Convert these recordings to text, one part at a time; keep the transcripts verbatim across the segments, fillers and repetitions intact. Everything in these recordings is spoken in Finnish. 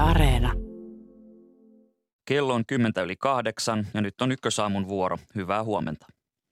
Areena. Kello on kymmentä yli kahdeksan ja nyt on Ykkösaamun vuoro. Hyvää huomenta.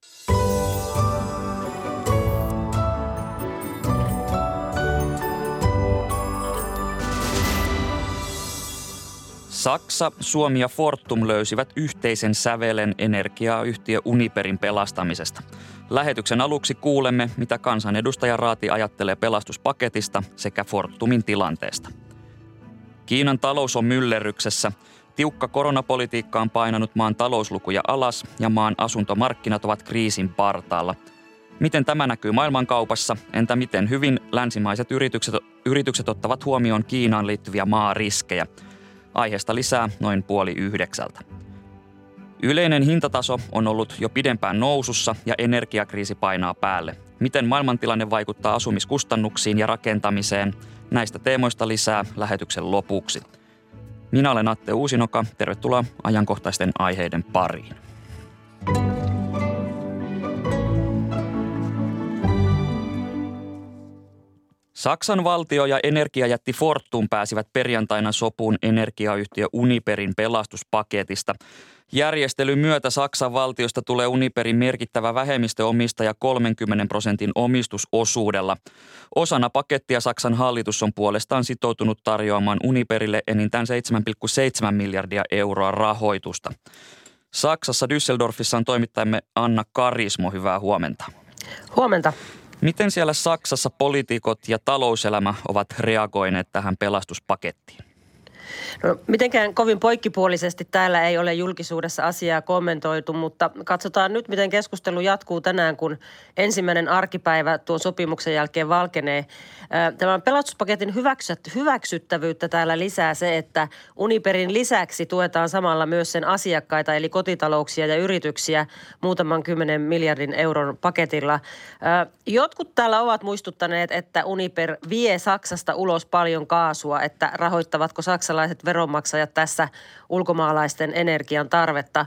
Saksa, Suomi ja Fortum löysivät yhteisen sävelen energiayhtiö Uniperin pelastamisesta. Lähetyksen aluksi kuulemme, mitä kansanedustaja Raati ajattelee pelastuspaketista sekä Fortumin tilanteesta. Kiinan talous on myllerryksessä. Tiukka koronapolitiikka on painanut maan talouslukuja alas ja maan asuntomarkkinat ovat kriisin partaalla. Miten tämä näkyy maailmankaupassa? Entä miten hyvin länsimaiset yritykset, yritykset ottavat huomioon Kiinaan liittyviä maariskejä? Aiheesta lisää noin puoli yhdeksältä. Yleinen hintataso on ollut jo pidempään nousussa ja energiakriisi painaa päälle. Miten maailmantilanne vaikuttaa asumiskustannuksiin ja rakentamiseen? Näistä teemoista lisää lähetyksen lopuksi. Minä olen Atte Uusinoka. Tervetuloa ajankohtaisten aiheiden pariin. Saksan valtio ja energiajätti Fortum pääsivät perjantaina sopuun energiayhtiö Uniperin pelastuspaketista. Järjestelyn myötä Saksan valtiosta tulee Uniperin merkittävä vähemmistöomistaja kolmenkymmenen prosentin omistusosuudella. Osana pakettia Saksan hallitus on puolestaan sitoutunut tarjoamaan Uniperille enintään seitsemän pilkku seitsemän miljardia euroa rahoitusta. Saksassa Düsseldorfissa on toimittajamme Anna Karismo. Hyvää huomenta. Huomenta. Miten siellä Saksassa poliitikot ja talouselämä ovat reagoineet tähän pelastuspakettiin? No, mitenkään kovin poikkipuolisesti täällä ei ole julkisuudessa asiaa kommentoitu, mutta katsotaan nyt, miten keskustelu jatkuu tänään, kun ensimmäinen arkipäivä tuon sopimuksen jälkeen valkenee. Tämän pelastuspaketin hyväksyttävyyttä täällä lisää se, että Uniperin lisäksi tuetaan samalla myös sen asiakkaita, eli kotitalouksia ja yrityksiä muutaman kymmenen miljardin euron paketilla. Jotkut täällä ovat muistuttaneet, että Uniper vie Saksasta ulos paljon kaasua, että rahoittavatko saksalaiset veronmaksajat tässä ulkomaalaisten energian tarvetta.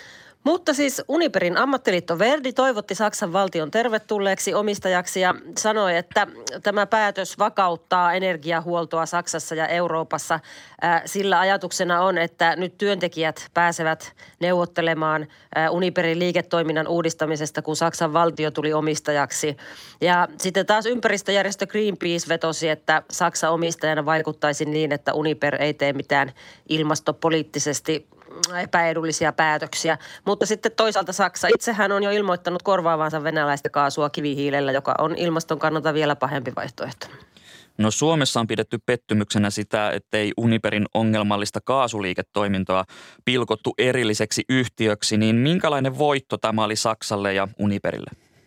Mutta siis Uniperin ammattiliitto Verdi toivotti Saksan valtion tervetulleeksi omistajaksi ja sanoi, että tämä päätös vakauttaa energiahuoltoa Saksassa ja Euroopassa. Sillä ajatuksena on, että nyt työntekijät pääsevät neuvottelemaan Uniperin liiketoiminnan uudistamisesta, kun Saksan valtio tuli omistajaksi. Ja sitten taas ympäristöjärjestö Greenpeace vetosi, että Saksa omistajana vaikuttaisi niin, että Uniper ei tee mitään ilmastopoliittisesti epäedullisia päätöksiä. Mutta sitten toisaalta Saksa itsehän on jo ilmoittanut korvaavansa venäläistä kaasua kivihiilellä, joka on ilmaston kannalta vielä pahempi vaihtoehto. No Suomessa on pidetty pettymyksenä sitä, ettei Uniperin ongelmallista kaasuliiketoimintoa pilkottu erilliseksi yhtiöksi, niin minkälainen voitto tämä oli Saksalle ja Uniperille?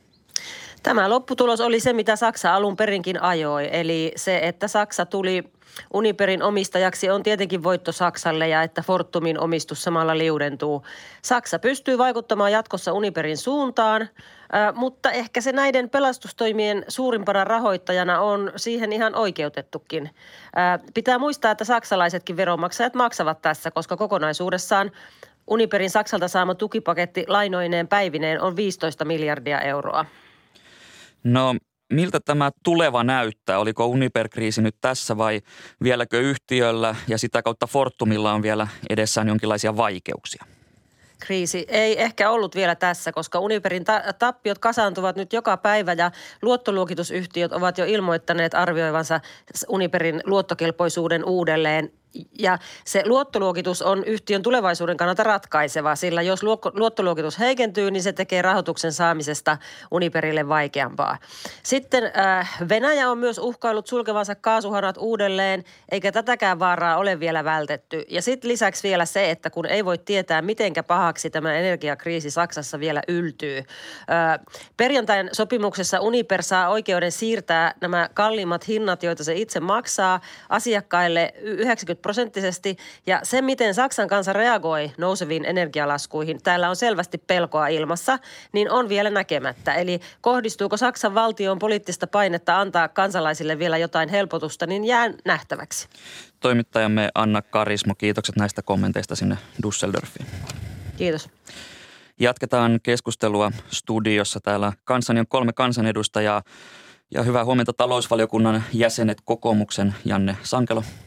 Tämä lopputulos oli se, mitä Saksa alun perinkin ajoi, eli se, että Saksa tuli Uniperin omistajaksi on tietenkin voitto Saksalle ja että Fortumin omistus samalla liudentuu. Saksa pystyy vaikuttamaan jatkossa Uniperin suuntaan, mutta ehkä se näiden pelastustoimien suurimpana rahoittajana on siihen ihan oikeutettukin. Pitää muistaa, että saksalaisetkin veronmaksajat maksavat tässä, koska kokonaisuudessaan Uniperin Saksalta saama tukipaketti lainoineen päivineen on viisitoista miljardia euroa. No miltä tämä tuleva näyttää? Oliko Uniper-kriisi nyt tässä vai vieläkö yhtiöllä ja sitä kautta Fortumilla on vielä edessään jonkinlaisia vaikeuksia? Kriisi ei ehkä ollut vielä tässä, koska Uniperin ta- tappiot kasaantuvat nyt joka päivä ja luottoluokitusyhtiöt ovat jo ilmoittaneet arvioivansa Uniperin luottokelpoisuuden uudelleen. Ja se luottoluokitus on yhtiön tulevaisuuden kannalta ratkaiseva, sillä jos luottoluokitus heikentyy, niin se tekee rahoituksen saamisesta Uniperille vaikeampaa. Sitten äh, Venäjä on myös uhkaillut sulkevansa kaasuhanat uudelleen, eikä tätäkään vaaraa ole vielä vältetty. Ja sitten lisäksi vielä se, että kun ei voi tietää, mitenkä pahaksi tämä energiakriisi Saksassa vielä yltyy. Äh, perjantain sopimuksessa Uniper saa oikeuden siirtää nämä kalliimmat hinnat, joita se itse maksaa, asiakkaille yhdeksänkymmentä prosenttisesti. Ja se, miten Saksan kansa reagoi nouseviin energialaskuihin, täällä on selvästi pelkoa ilmassa, niin on vielä näkemättä. Eli kohdistuuko Saksan valtion poliittista painetta antaa kansalaisille vielä jotain helpotusta, niin jää nähtäväksi. Toimittajamme Anna Karismo, kiitokset näistä kommenteista sinne Düsseldorfiin. Kiitos. Jatketaan keskustelua studiossa. Täällä kanssani on kolme kansanedustajaa ja hyvää huomenta talousvaliokunnan jäsenet, kokoomuksen Janne Sankelo.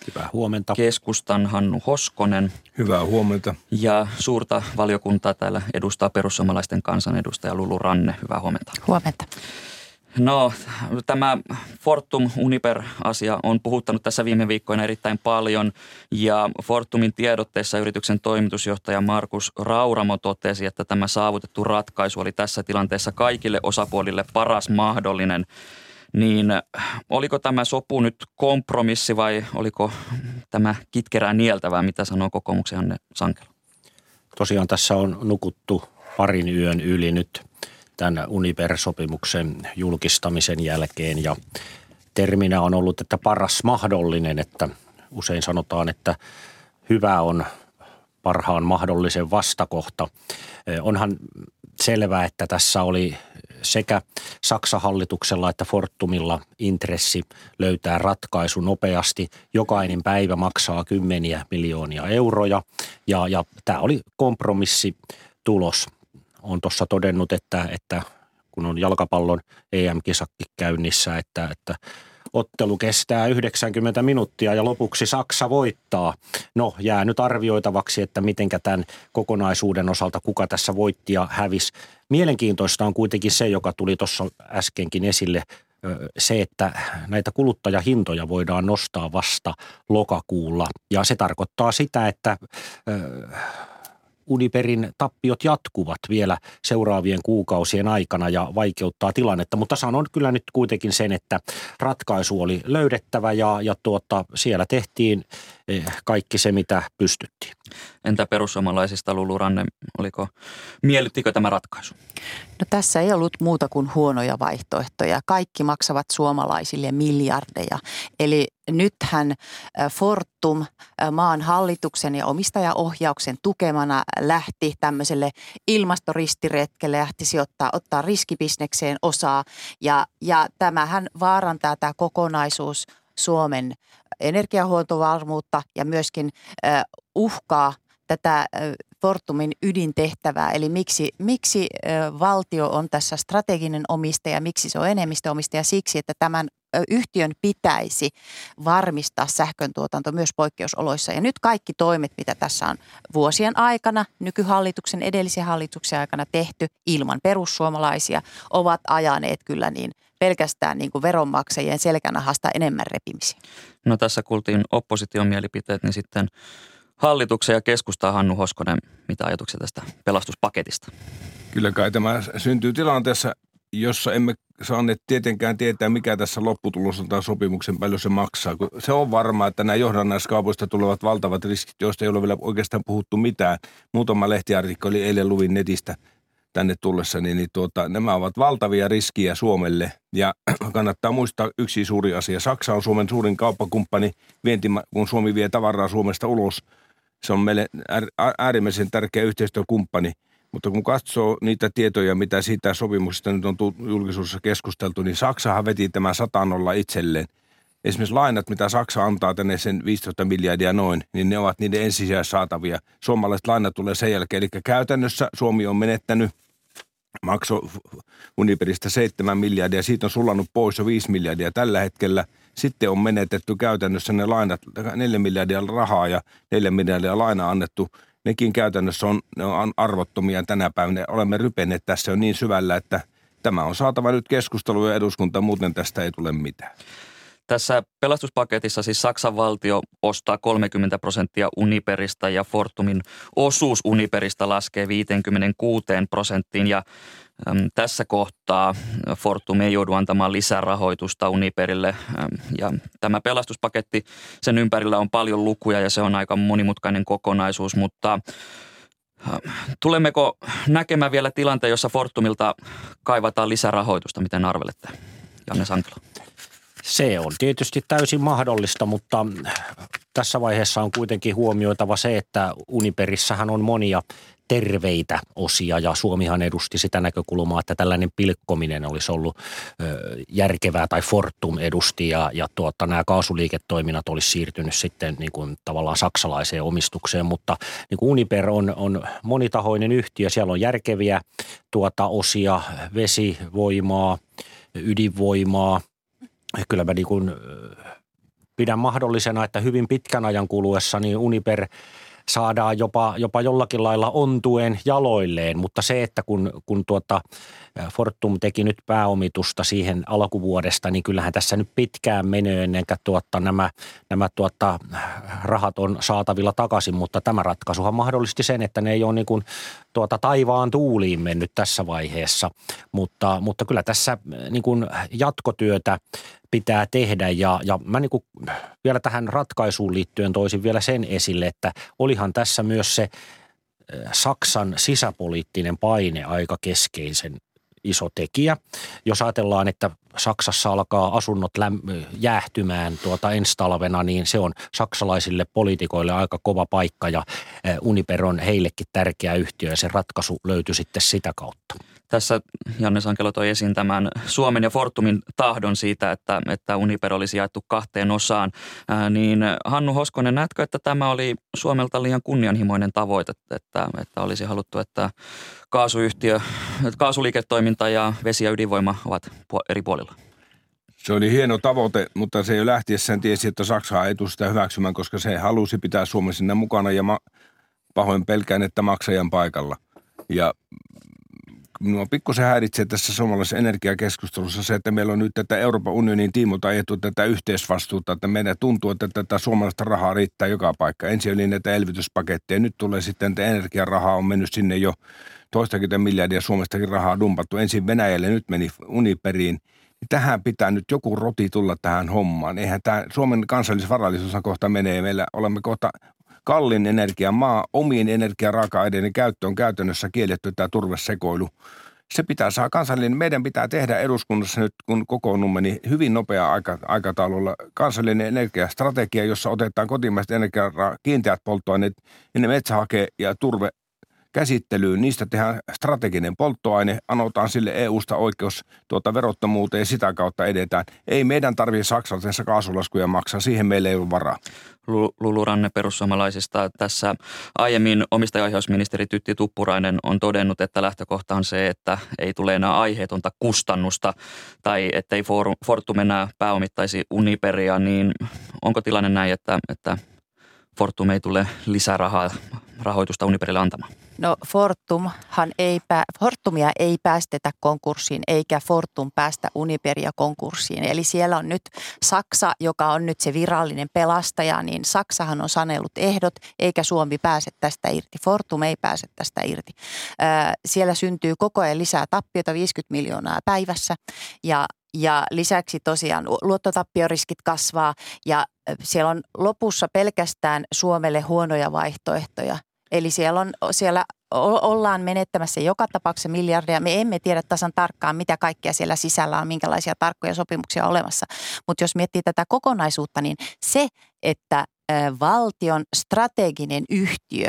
Hyvää huomenta. Keskustan Hannu Hoskonen. Hyvää huomenta. Ja suurta valiokuntaa täällä edustaa perussuomalaisten kansanedustaja Lulu Ranne. Hyvää huomenta. Huomenta. No, tämä Fortum-Uniper-asia on puhuttanut tässä viime viikkoina erittäin paljon ja Fortumin tiedotteessa yrityksen toimitusjohtaja Markus Rauramo totesi, että tämä saavutettu ratkaisu oli tässä tilanteessa kaikille osapuolille paras mahdollinen. Niin oliko tämä sopu nyt kompromissi vai oliko tämä kitkerää nieltävää, mitä sanoo kokoomuksen Janne Sankelo? Tosiaan tässä on nukuttu parin yön yli nyt tämän Uniper-sopimuksen julkistamisen jälkeen ja terminä on ollut, että paras mahdollinen, että usein sanotaan, että hyvä on parhaan mahdollisen vastakohta. Onhan selvää, että tässä oli sekä Saksan hallituksella että Fortumilla intressi löytää ratkaisu nopeasti. Jokainen päivä maksaa kymmeniä miljoonia euroja ja, ja tämä oli kompromissitulos. Olen tuossa todennut, että, että kun on jalkapallon E M-kisakki käynnissä, että, että ottelu kestää yhdeksänkymmentä minuuttia ja lopuksi Saksa voittaa. No, jää nyt arvioitavaksi, että mitenkä tämän kokonaisuuden osalta kuka tässä voitti ja hävisi. Mielenkiintoista on kuitenkin se, joka tuli tuossa äskenkin esille, se, että näitä kuluttajahintoja voidaan nostaa vasta lokakuulla. Ja se tarkoittaa sitä, että Uniperin tappiot jatkuvat vielä seuraavien kuukausien aikana ja vaikeuttaa tilannetta, mutta sanon kyllä nyt kuitenkin sen, että ratkaisu oli löydettävä ja, ja tuota, siellä tehtiin kaikki se, mitä pystyttiin. Entä perussuomalaisista, Lulu Ranne, oliko, miellyttikö tämä ratkaisu? No tässä ei ollut muuta kuin huonoja vaihtoehtoja. Kaikki maksavat suomalaisille miljardeja. Eli nythän Fortum maan hallituksen ja omistajaohjauksen tukemana lähti tämmöiselle ilmastoristiretkelle, lähti sijoittaa, ottaa riskibisnekseen osaa ja, ja tämähän vaarantaa tämä kokonaisuus Suomen energiahuoltovarmuutta ja myöskin äh, uhkaa tätä äh, Fortumin ydintehtävää. Eli miksi, miksi äh, valtio on tässä strateginen omistaja, miksi se on enemmistöomistaja? Siksi, että tämän äh, yhtiön pitäisi varmistaa sähköntuotanto myös poikkeusoloissa. Ja nyt kaikki toimet, mitä tässä on vuosien aikana, nykyhallituksen, edellisen hallituksen aikana tehty ilman perussuomalaisia, ovat ajaneet kyllä niin pelkästään niin kuin veronmaksajien selkänahasta enemmän repimisiä. No tässä kuultiin opposition mielipiteet, niin sitten hallituksen ja keskustan Hannu Hoskonen, mitä ajatuksia tästä pelastuspaketista? Kyllä kai tämä syntyy tilanteessa, jossa emme saaneet tietenkään tietää, mikä tässä lopputulos on tai sopimuksen paljon se maksaa. Se on varmaa, että nämä johdannaiskaupoista tulevat valtavat riskit, joista ei ole vielä oikeastaan puhuttu mitään. Muutama lehtiartikkeli eilen luvin netistä tänne tullessa, niin, niin tuota, nämä ovat valtavia riskiä Suomelle ja kannattaa muistaa yksi suuri asia. Saksa on Suomen suurin kauppakumppani, vienti, kun Suomi vie tavaraa Suomesta ulos. Se on meille äärimmäisen tärkeä yhteistyökumppani, mutta kun katsoo niitä tietoja, mitä siitä sopimuksesta nyt on julkisuudessa keskusteltu, niin Saksahan veti tämän satanolla itselleen. Esimerkiksi lainat, mitä Saksa antaa tänne sen viisitoista miljardia noin, niin ne ovat niiden ensisijaisesti saatavia. Suomalaiset lainat tulee sen jälkeen, eli käytännössä Suomi on menettänyt maksoi Uniperistä seitsemän miljardia, siitä on sulannut pois jo viisi miljardia tällä hetkellä. Sitten on menetetty käytännössä ne lainat, neljä miljardia rahaa ja neljä miljardia lainaa annettu. Nekin käytännössä on, ne on arvottomia tänä päivänä. Olemme rypenneet tässä jo niin syvällä, että tämä on saatava nyt keskustelua eduskunta, muuten tästä ei tule mitään. Tässä pelastuspaketissa siis Saksan valtio ostaa kolmekymmentä prosenttia Uniperista ja Fortumin osuus Uniperista laskee viisikymmentäkuusi prosenttiin ja äm, tässä kohtaa Fortum ei joudu antamaan lisärahoitusta Uniperille äm, ja tämä pelastuspaketti, sen ympärillä on paljon lukuja ja se on aika monimutkainen kokonaisuus, mutta äh, tulemmeko näkemään vielä tilanteen, jossa Fortumilta kaivataan lisärahoitusta, miten arvelette, Janne Sankelo? Se on tietysti täysin mahdollista, mutta tässä vaiheessa on kuitenkin huomioitava se, että Uniperissähän on monia terveitä osia ja Suomihan edusti sitä näkökulmaa, että tällainen pilkkominen olisi ollut ö, järkevää tai Fortum edusti ja, ja tuota, nämä kaasuliiketoiminnat olisi siirtynyt sitten niin kuin tavallaan saksalaiseen omistukseen, mutta niin kuin Uniper on, on monitahoinen yhtiö, siellä on järkeviä tuota, osia, vesivoimaa, ydinvoimaa. Kyllä mä niin kuin pidän mahdollisena, että hyvin pitkän ajan kuluessa niin Uniper saadaan jopa, jopa jollakin lailla ontuen jaloilleen, mutta se, että kun, kun tuota Fortum teki nyt pääomitusta siihen alkuvuodesta, niin kyllähän tässä nyt pitkään menee ennen kuin tuota, nämä, nämä tuota, rahat on saatavilla takaisin, mutta tämä ratkaisuhan mahdollisti sen, että ne ei ole niin kuin tuota taivaan tuuliin mennyt tässä vaiheessa, mutta, mutta kyllä tässä niin kuin jatkotyötä pitää tehdä ja, ja mä niin kuin vielä tähän ratkaisuun liittyen toisin vielä sen esille, että olihan tässä myös se Saksan sisäpoliittinen paine aika keskeisen iso tekijä. Jos ajatellaan, että Saksassa alkaa asunnot lämm- jäähtymään tuota ensi talvena, niin se on saksalaisille poliitikoille aika kova paikka ja Uniper on heillekin tärkeä yhtiö ja se ratkaisu löytyi sitten sitä kautta. Tässä Janne Sankelo toi esiin tämän Suomen ja Fortumin tahdon siitä, että, että Uniper olisi jaettu kahteen osaan. Ää, niin Hannu Hoskonen, näetkö, että tämä oli Suomelta liian kunnianhimoinen tavoite, että, että olisi haluttu, että kaasuyhtiö, kaasuliiketoiminta ja vesi- ja ydinvoima ovat eri puolilla? Se oli hieno tavoite, mutta se jo lähtiessään tiesi, että Saksa ei tule sitä hyväksymään, koska se halusi pitää Suomen sinne mukana ja ma- pahoin pelkään, että maksajan paikalla. Ja minua pikkusen häiritsee tässä suomalaisessa energiakeskustelussa se, että meillä on nyt tätä Euroopan unionin tiimolta ajettu tätä yhteisvastuuta, että meidän tuntuu, että tätä suomalaista rahaa riittää joka paikka. Ensin oli näitä elvytyspaketteja, nyt tulee sitten, että energiarahaa on mennyt sinne jo toistakymmentä miljardia Suomestakin rahaa dumpattu. Ensin Venäjälle, nyt meni Uniperiin. Tähän pitää nyt joku roti tulla tähän hommaan. Eihän tämä Suomen kansallisvarallisuus kohta menee. Meillä olemme kohta kallin energiamaa, omien energiaraaka-aineiden käyttö on käytännössä kielletty tämä turvesekoilu. Se pitää saada kansallinen, meidän pitää tehdä eduskunnassa nyt, kun kokoonnumme, niin hyvin nopea aika, aikataululla kansallinen energiastrategia, jossa otetaan kotimaiset energia, kiinteät polttoaineet, ennen metsähake ja turve käsittelyyn. Niistä tehdään strateginen polttoaine, anotaan sille E U:sta oikeus tuota verottomuuteen ja sitä kautta edetään. Ei meidän tarvitse saksalaisessa kaasulaskuja maksaa, siihen meillä ei ole varaa. Lulu Ranne perussuomalaisista. Tässä aiemmin omistajaohjausministeri Tytti Tuppurainen on todennut, että lähtökohta on se, että ei tule enää aiheetonta kustannusta tai ettei Fortum enää pääomittaisi Uniperia, niin onko tilanne näin, että, että Fortum ei tule lisärahaa rahoitusta Uniperille antamaan? No Fortumhan ei pää, Fortumia ei päästetä konkurssiin eikä Fortum päästä Uniperia konkurssiin. Eli siellä on nyt Saksa, joka on nyt se virallinen pelastaja, niin Saksahan on sanellut ehdot eikä Suomi pääse tästä irti. Fortum ei pääse tästä irti. Ää, siellä syntyy koko ajan lisää tappiota, viisikymmentä miljoonaa päivässä ja Ja lisäksi tosiaan luottotappioriskit kasvaa ja siellä on lopussa pelkästään Suomelle huonoja vaihtoehtoja. Eli siellä, on, siellä ollaan menettämässä joka tapauksessa miljardia. Me emme tiedä tasan tarkkaan, mitä kaikkea siellä sisällä on, minkälaisia tarkkoja sopimuksia on olemassa. Mutta jos miettii tätä kokonaisuutta, niin se, että valtion strateginen yhtiö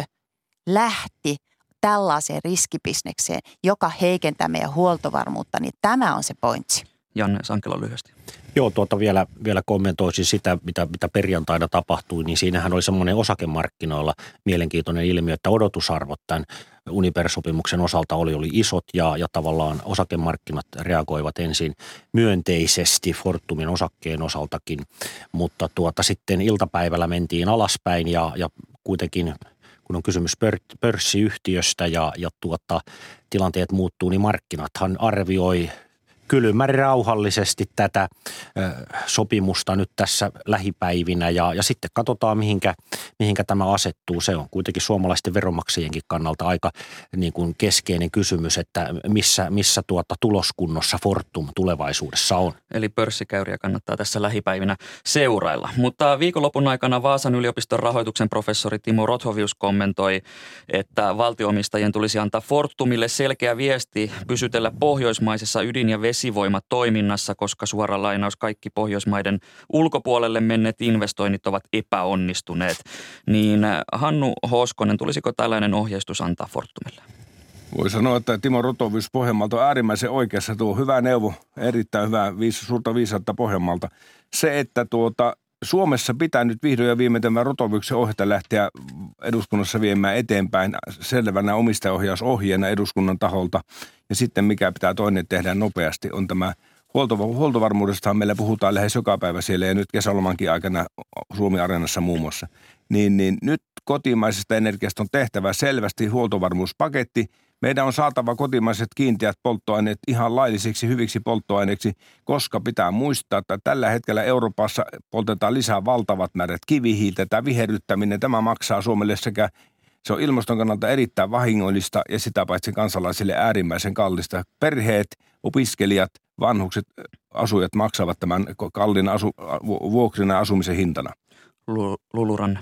lähti tällaiseen riskibisnekseen, joka heikentää meidän huoltovarmuutta, niin tämä on se pointsi. Janne Sankelo lyhyesti. Joo, tuota vielä, vielä kommentoisin sitä, mitä, mitä perjantaina tapahtui, niin siinähän oli semmoinen osakemarkkinoilla mielenkiintoinen ilmiö, että odotusarvot tämän Uniper-sopimuksen osalta oli, oli isot ja, ja tavallaan osakemarkkinat reagoivat ensin myönteisesti Fortumin osakkeen osaltakin, mutta tuota sitten iltapäivällä mentiin alaspäin ja, ja kuitenkin kun on kysymys pörssiyhtiöstä ja, ja tuota, tilanteet muuttuu, niin markkinathan arvioi kylmän rauhallisesti tätä ö, sopimusta nyt tässä lähipäivinä ja, ja sitten katsotaan, mihinkä, mihinkä tämä asettuu. Se on kuitenkin suomalaisten veronmaksajienkin kannalta aika niin kuin keskeinen kysymys, että missä, missä tuota tuloskunnossa Fortum tulevaisuudessa on. Eli pörssikäyriä kannattaa tässä lähipäivinä seurailla. Mutta viikonlopun aikana Vaasan yliopiston rahoituksen professori Timo Rothovius kommentoi, että valtio-omistajien tulisi antaa Fortumille selkeä viesti pysytellä pohjoismaisessa ydin- ja vesivoimatoiminnassa, koska suora lainaus kaikki Pohjoismaiden ulkopuolelle menneet investoinnit ovat epäonnistuneet. Niin Hannu Hoskonen, tulisiko tällainen ohjeistus antaa Fortumille? Voi sanoa, että Timo Rothovius Pohjanmaalta on äärimmäisen oikeassa. Tuo hyvä neuvo, erittäin hyvä, viis, suurta viisautta Pohjanmaalta. Se, että tuota, Suomessa pitää nyt vihdoin ja viimein tämän Rothoviuksen ohjata lähteä eduskunnassa viemään eteenpäin selvänä omistajaohjausohjeena eduskunnan taholta. Ja sitten mikä pitää toinen tehdä nopeasti on tämä H huoltovarmuudestahan meillä puhutaan lähes joka päivä siellä ja nyt kesälomankin aikana Suomi-areenassa muun muassa. Niin, niin nyt kotimaisesta energiasta on tehtävä selvästi huoltovarmuuspaketti. Meidän on saatava kotimaiset kiinteät polttoaineet ihan laillisiksi hyviksi polttoaineiksi, koska pitää muistaa, että tällä hetkellä Euroopassa poltetaan lisää valtavat määrät kivihiiltä. Tämä viherryttäminen, tämä maksaa Suomelle sekä, se on ilmaston kannalta erittäin vahingollista ja sitä paitsi kansalaisille äärimmäisen kallista. Perheet, opiskelijat, vanhukset, asujat maksavat tämän kalliin asu, vuokrina asumisen hintana. Luluranne.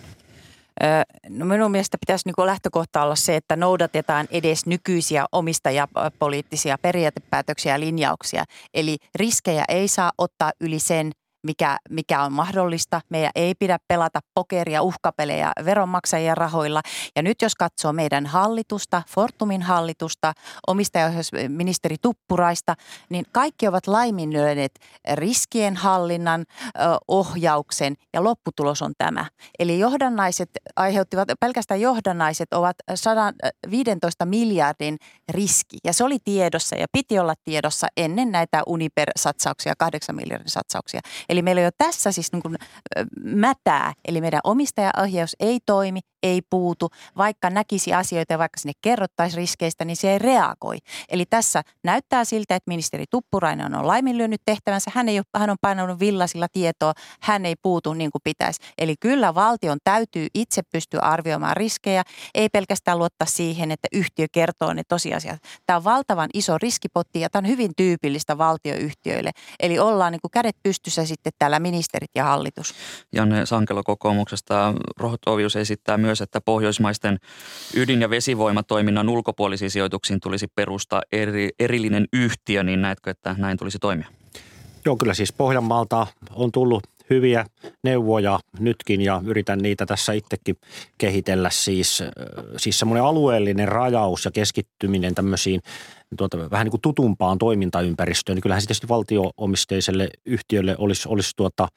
No minun mielestä pitäisi niin lähtökohta olla se, että noudatetaan edes nykyisiä omistajapoliittisia periaatepäätöksiä ja linjauksia. Eli riskejä ei saa ottaa yli sen, mikä, mikä on mahdollista. Meidän ei pidä pelata pokeria, uhkapelejä veronmaksajien rahoilla. Ja nyt jos katsoo meidän hallitusta, Fortumin hallitusta, omistajaohjausministeri Tuppuraista, niin kaikki ovat laiminlyöneet riskien hallinnan, ohjauksen ja lopputulos on tämä. Eli johdannaiset aiheuttivat, pelkästään johdannaiset ovat sata viisitoista miljardin riski. Ja se oli tiedossa ja piti olla tiedossa ennen näitä Uniper-satsauksia, kahdeksan miljardin satsauksia. Eli meillä on jo tässä siis niin kuin mätää, eli meidän omistajaohjaus ei toimi, ei puutu, vaikka näkisi asioita ja vaikka sinne kerrottaisiin riskeistä, niin se ei reagoi. Eli tässä näyttää siltä, että ministeri Tuppurainen on laiminlyönyt tehtävänsä, hän, ei ole, hän on painanut villasilla tietoa, hän ei puutu niin kuin pitäisi. Eli kyllä valtion täytyy itse pystyä arvioimaan riskejä, ei pelkästään luottaa siihen, että yhtiö kertoo ne tosiasiat. Tämä on valtavan iso riskipotti ja tämä on hyvin tyypillistä valtioyhtiöille. Eli ollaan niin kuin kädet pystyssä sitten täällä ministerit ja hallitus. Janne Sankelo kokoomuksesta. Rohtovius esittää myös, että pohjoismaisten ydin- ja vesivoimatoiminnan ulkopuolisiin sijoituksiin tulisi perustaa eri, erillinen yhtiö, niin näetkö, että näin tulisi toimia? Joo, kyllä siis Pohjanmaalta on tullut hyviä neuvoja nytkin ja yritän niitä tässä itsekin kehitellä. Siis, siis semmoinen alueellinen rajaus ja keskittyminen tämmöisiin tuota, vähän niin kuin tutumpaan toimintaympäristöön, niin kyllähän se tietysti valtio-omisteiselle yhtiölle olisi, olisi tuota,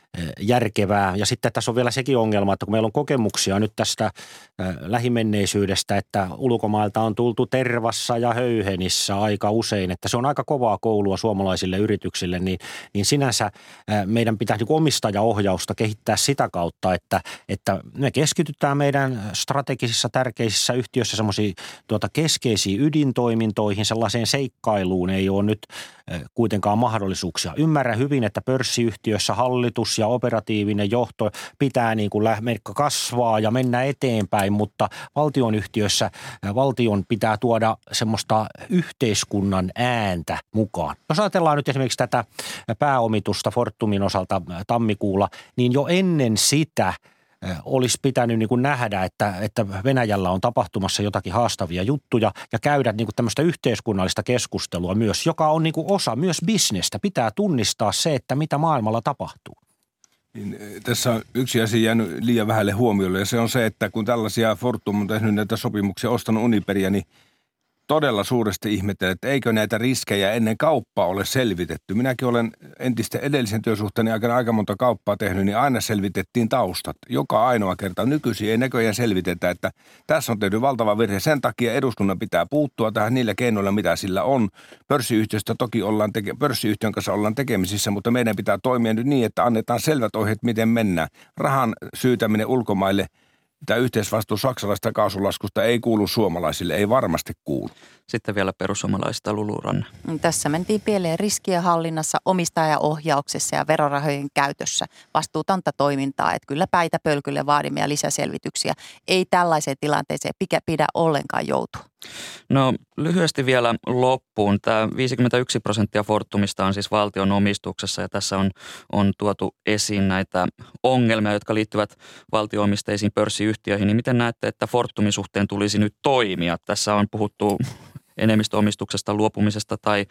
järkevää. Ja sitten tässä on vielä sekin ongelma, että kun meillä on kokemuksia nyt tästä lähimenneisyydestä, että ulkomailta on tultu tervassa ja höyhenissä aika usein, että se on aika kovaa koulua suomalaisille yrityksille, niin, niin sinänsä meidän pitää niin kuin omistajaohjausta kehittää sitä kautta, että, että me keskitytään meidän strategisissa tärkeisissä yhtiöissä semmoisiin tuota keskeisiin ydintoimintoihin, sellaiseen seikkailuun ei ole nyt kuitenkaan mahdollisuuksia. Ymmärrän hyvin, että pörssiyhtiössä hallitus ja operatiivinen johto pitää niin kuin kasvaa ja mennä eteenpäin, mutta valtionyhtiössä valtion pitää tuoda semmoista yhteiskunnan ääntä mukaan. Jos ajatellaan nyt esimerkiksi tätä pääomitusta Fortumin osalta tammikuulla, niin jo ennen sitä olisi pitänyt niin kuin nähdä, että, että Venäjällä on tapahtumassa jotakin haastavia juttuja ja käydä niin kuin tämmöistä yhteiskunnallista keskustelua myös, joka on niin kuin osa myös bisnestä. Pitää tunnistaa se, että mitä maailmalla tapahtuu. Niin, tässä on yksi asia jäänyt liian vähälle huomiolle ja se on se, että kun tällaisia Fortum on tehnyt näitä sopimuksia, ostanut Uniperia, niin todella suuresti ihmettelen, että eikö näitä riskejä ennen kauppaa ole selvitetty. Minäkin olen entistä edellisen työsuhteeni aikana aika monta kauppaa tehnyt, niin aina selvitettiin taustat. Joka ainoa kerta. Nykyisin ei näköjään selvitetä, että tässä on tehty valtava virhe. Sen takia eduskunnan pitää puuttua tähän niillä keinoilla, mitä sillä on. Pörssiyhtiöstä toki ollaan teke- pörssiyhtiön kanssa ollaan tekemisissä, mutta meidän pitää toimia nyt niin, että annetaan selvät ohjeet, miten mennään. Rahan syytäminen ulkomaille. Tämä yhteisvastuu saksalaista kaasulaskusta ei kuulu suomalaisille, ei varmasti kuulu. Sitten vielä perussuomalaisista Luluranne. Tässä mentiin pieleen riskien hallinnassa, omistajaohjauksessa ja verorahojen käytössä. Vastuutonta toimintaa, että kyllä päitä pölkylle vaadimme ja lisäselvityksiä. Ei tällaiseen tilanteeseen pidä ollenkaan joutua. No lyhyesti vielä loppuun. Tämä viisikymmentäyksi prosenttia Fortumista on siis valtion omistuksessa ja tässä on, on tuotu esiin näitä ongelmia, jotka liittyvät valtio-omisteisiin pörssiyhtiöihin. Niin miten näette, että Fortumin suhteen tulisi nyt toimia? Tässä on puhuttu enemmistöomistuksesta luopumisesta tai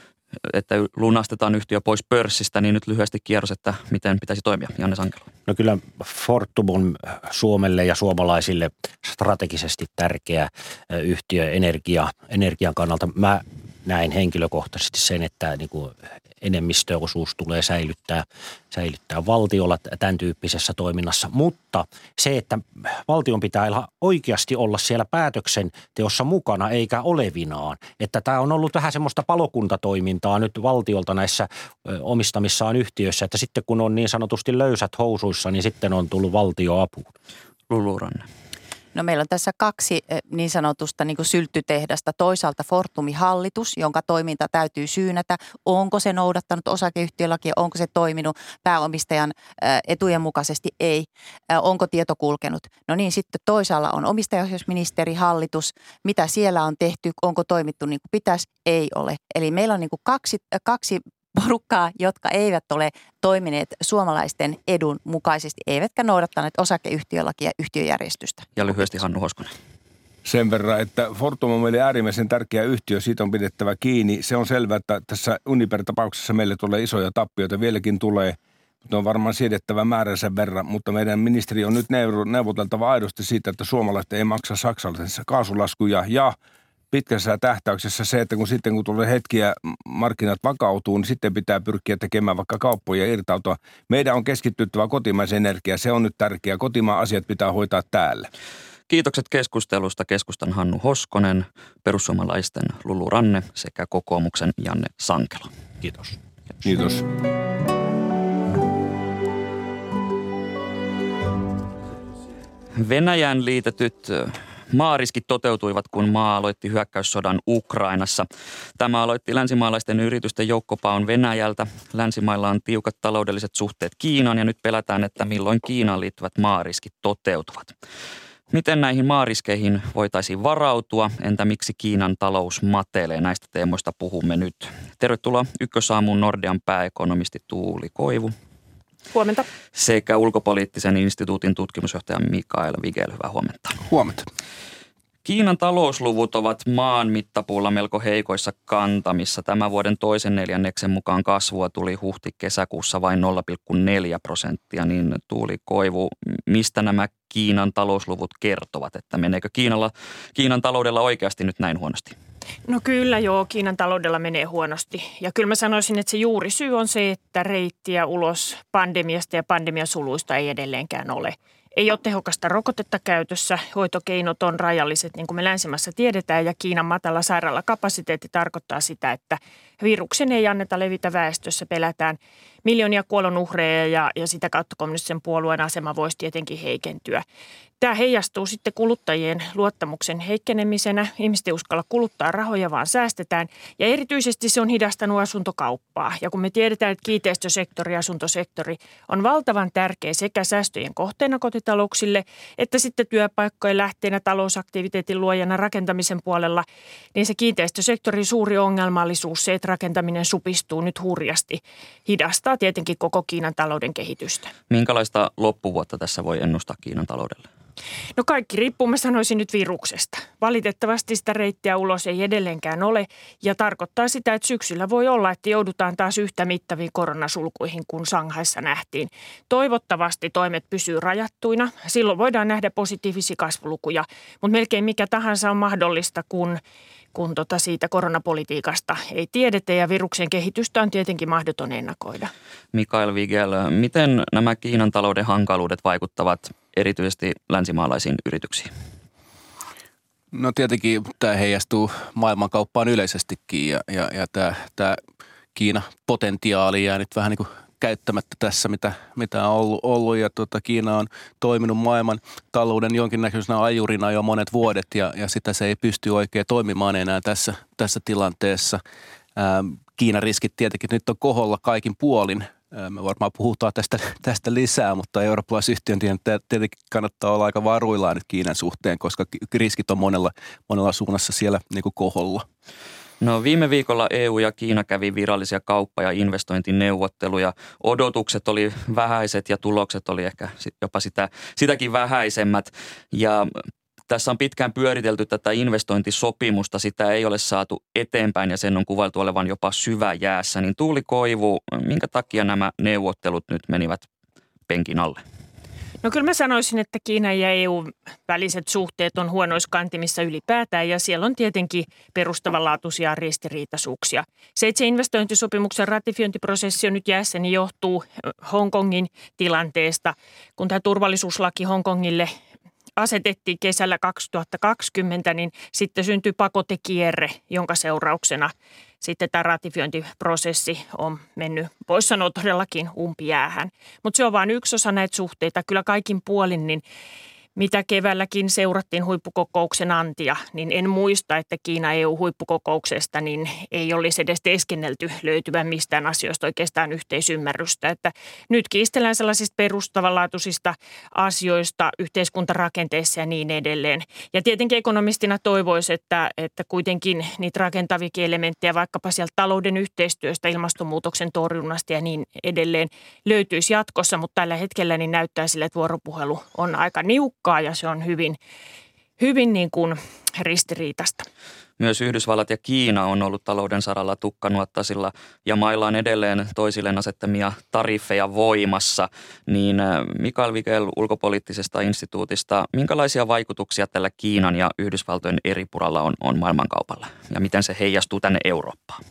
että lunastetaan yhtiö pois pörssistä, niin nyt lyhyesti kierros, että miten pitäisi toimia. Janne Sankelo. No kyllä Fortum on Suomelle ja suomalaisille strategisesti tärkeä yhtiö energia, energian kannalta. Mä näin henkilökohtaisesti sen, että niin kuin enemmistöosuus tulee säilyttää, säilyttää valtiolla tämän tyyppisessä toiminnassa. Mutta se, että valtion pitää oikeasti olla siellä päätöksenteossa mukana eikä olevinaan. Että tämä on ollut vähän semmoista palokuntatoimintaa nyt valtiolta näissä omistamissaan yhtiöissä, että sitten kun on niin sanotusti löysät housuissa, niin sitten on tullut valtio apuun. Lulu Ranne. No meillä on tässä kaksi niin sanotusta niin kuin sylttytehdasta. Toisaalta Fortumin hallitus, jonka toiminta täytyy syynätä. Onko se noudattanut osakeyhtiölakia, onko se toiminut pääomistajan etujen mukaisesti? Ei. Onko tieto kulkenut? No niin, sitten toisaalla on omistajaohjausministeri, hallitus. Mitä siellä on tehty? Onko toimittu niin kuin pitäisi? Ei ole. Eli meillä on niin kuin kaksi, kaksi porukkaa, jotka eivät ole toimineet suomalaisten edun mukaisesti, eivätkä noudattaneet osakeyhtiölakia ja yhtiöjärjestystä. Ja lyhyesti Hannu Hoskonen. Sen verran, että Fortum on meille äärimmäisen tärkeä yhtiö, siitä on pidettävä kiinni. Se on selvää, että tässä Uniper-tapauksessa meille tulee isoja tappioita, vieläkin tulee, mutta on varmaan siedettävä määränsä verran. Mutta meidän ministeri on nyt neuvoteltava aidosti siitä, että suomalaiset ei maksa saksalaisessa kaasulaskuja ja pitkässä tähtäyksessä se, että kun sitten kun tulee hetkiä markkinat vakautuu, niin sitten pitää pyrkiä tekemään vaikka kauppoja ja irtautua. Meidän on keskittyttävä kotimaisen energiaan, se on nyt tärkeää. Kotimaan asiat pitää hoitaa täällä. Kiitokset keskustelusta keskustan Hannu Hoskonen, perussuomalaisten Lulu Ranne sekä kokoomuksen Janne Sankelo. Kiitos. Kiitos. Venäjään liitetyt maariskit toteutuivat, kun maa aloitti hyökkäyssodan Ukrainassa. Tämä aloitti länsimaalaisten yritysten joukkopaon Venäjältä. Länsimailla on tiukat taloudelliset suhteet Kiinaan ja nyt pelätään, että milloin Kiinaan liittyvät maariskit toteutuvat. Miten näihin maariskeihin voitaisiin varautua? Entä miksi Kiinan talous matelee? Näistä teemoista puhumme nyt. Tervetuloa Ykkösaamuun Nordean pääekonomisti Tuuli Koivu. Huomenta. Sekä ulkopoliittisen instituutin tutkimusjohtaja Mikael Wigel. Hyvää huomenta. Huomenta. Kiinan talousluvut ovat maan mittapuulla melko heikoissa kantamissa. Tämän vuoden toisen neljänneksen mukaan kasvua tuli huhti-kesäkuussa vain nolla pilkku neljä prosenttia. Niin Tuuli Koivu, mistä nämä Kiinan talousluvut kertovat? Että meneekö Kiinalla, Kiinan taloudella oikeasti nyt näin huonosti? No kyllä joo, Kiinan taloudella menee huonosti. Ja kyllä mä sanoisin, että se juurisyy on se, että reittiä ulos pandemiasta ja pandemiasuluista ei edelleenkään ole. Ei ole tehokasta rokotetta käytössä, hoitokeinot on rajalliset, niin kuin me länsimässä tiedetään, ja Kiinan matala sairaalakapasiteetti tarkoittaa sitä, että viruksen ei anneta levitä väestössä, pelätään miljoonia kuolonuhreja ja, ja sitä kautta kommunistisen puolueen asema voisi tietenkin heikentyä. Tämä heijastuu sitten kuluttajien luottamuksen heikkenemisenä. Ihmiset ei uskalla kuluttaa rahoja, vaan säästetään. Ja erityisesti se on hidastanut asuntokauppaa. Ja kun me tiedetään, että kiinteistösektori ja asuntosektori on valtavan tärkeä sekä säästöjen kohteena kotitalouksille, että sitten työpaikkojen lähteenä talousaktiviteetin luojana rakentamisen puolella, niin se kiinteistösektorin suuri ongelmallisuus, se, että rakentaminen supistuu nyt hurjasti, hidastaa tietenkin koko Kiinan talouden kehitystä. Minkälaista loppuvuotta tässä voi ennustaa Kiinan taloudelle? No kaikki riippuu, mä sanoisin nyt viruksesta. Valitettavasti sitä reittiä ulos ei edelleenkään ole ja tarkoittaa sitä, että syksyllä voi olla, että joudutaan taas yhtä mittaviin koronasulkuihin kuin Shanghaissa nähtiin. Toivottavasti toimet pysyy rajattuina. Silloin voidaan nähdä positiivisia kasvulukuja, mutta melkein mikä tahansa on mahdollista, kun kun tota siitä koronapolitiikasta ei tiedetä ja viruksen kehitystä on tietenkin mahdoton ennakoida. Mikael Wigel, miten nämä Kiinan talouden hankaluudet vaikuttavat erityisesti länsimaalaisiin yrityksiin? No tietenkin tämä heijastuu maailmankauppaan yleisestikin ja, ja, ja tämä, tämä Kiinan potentiaali jää nyt vähän niin kuin käyttämättä tässä, mitä, mitä on ollut, ollut. Ja tuota, Kiina on toiminut maailman talouden jonkinnäköisenä ajurina jo monet vuodet ja, ja sitä se ei pysty oikein toimimaan enää tässä, tässä tilanteessa. Ää, Kiinan riskit tietenkin nyt on koholla kaikin puolin. Ää, me varmaan puhutaan tästä, tästä lisää, mutta eurooppalaisyhtiön tietenkin kannattaa olla aika varuillaan nyt Kiinan suhteen, koska riskit on monella, monella suunnassa siellä niin kuin koholla. No viime viikolla E U ja Kiina kävi virallisia kauppa- ja investointineuvotteluja. Odotukset oli vähäiset ja tulokset oli ehkä jopa sitä, sitäkin vähäisemmät. Ja tässä on pitkään pyöritelty tätä investointisopimusta. Sitä ei ole saatu eteenpäin ja sen on kuvailtu olevan jopa syväjäässä. Niin Tuuli Koivu, minkä takia nämä neuvottelut nyt menivät penkin alle? No kyllä mä sanoisin, että Kiinan ja E U:n väliset suhteet on huonoissa kantimissa ylipäätään ja siellä on tietenkin perustavanlaatuisia ristiriitaisuuksia. Se, että se investointisopimuksen ratifiointiprosessi on nyt jäässä, niin johtuu Hongkongin tilanteesta, kun tämä turvallisuuslaki Hongkongille asetettiin kesällä kaksituhattakaksikymmentä, niin sitten syntyi pakotekierre, jonka seurauksena sitten tämä ratifiointiprosessi on mennyt, voisi sanoa todellakin umpijäähän. Mutta se on vain yksi osa näitä suhteita. Kyllä kaikin puolin, niin mitä keväälläkin seurattiin huippukokouksen antia, niin en muista, että Kiina-E U-huippukokouksesta niin ei olisi edes teeskennelty löytyvän mistään asioista oikeastaan yhteisymmärrystä. Että nyt kiistellään sellaisista perustavanlaatuisista asioista yhteiskuntarakenteissa ja niin edelleen. Ja tietenkin ekonomistina toivoisi, että, että kuitenkin niitä rakentavikin elementtejä vaikkapa sieltä talouden yhteistyöstä, ilmastonmuutoksen torjunnasta ja niin edelleen löytyisi jatkossa, mutta tällä hetkellä niin näyttää sille, että vuoropuhelu on aika niukkaa. Ja se on hyvin, hyvin niin kuin ristiriitasta. Myös Yhdysvallat ja Kiina on ollut talouden saralla tukkanuottasilla ja mailla on edelleen toisilleen asettamia tariffeja voimassa. Niin Mikael Wigel ulkopoliittisesta instituutista, minkälaisia vaikutuksia tällä Kiinan ja Yhdysvaltojen eripuralla on, on maailmankaupalla ja miten se heijastuu tänne Eurooppaan?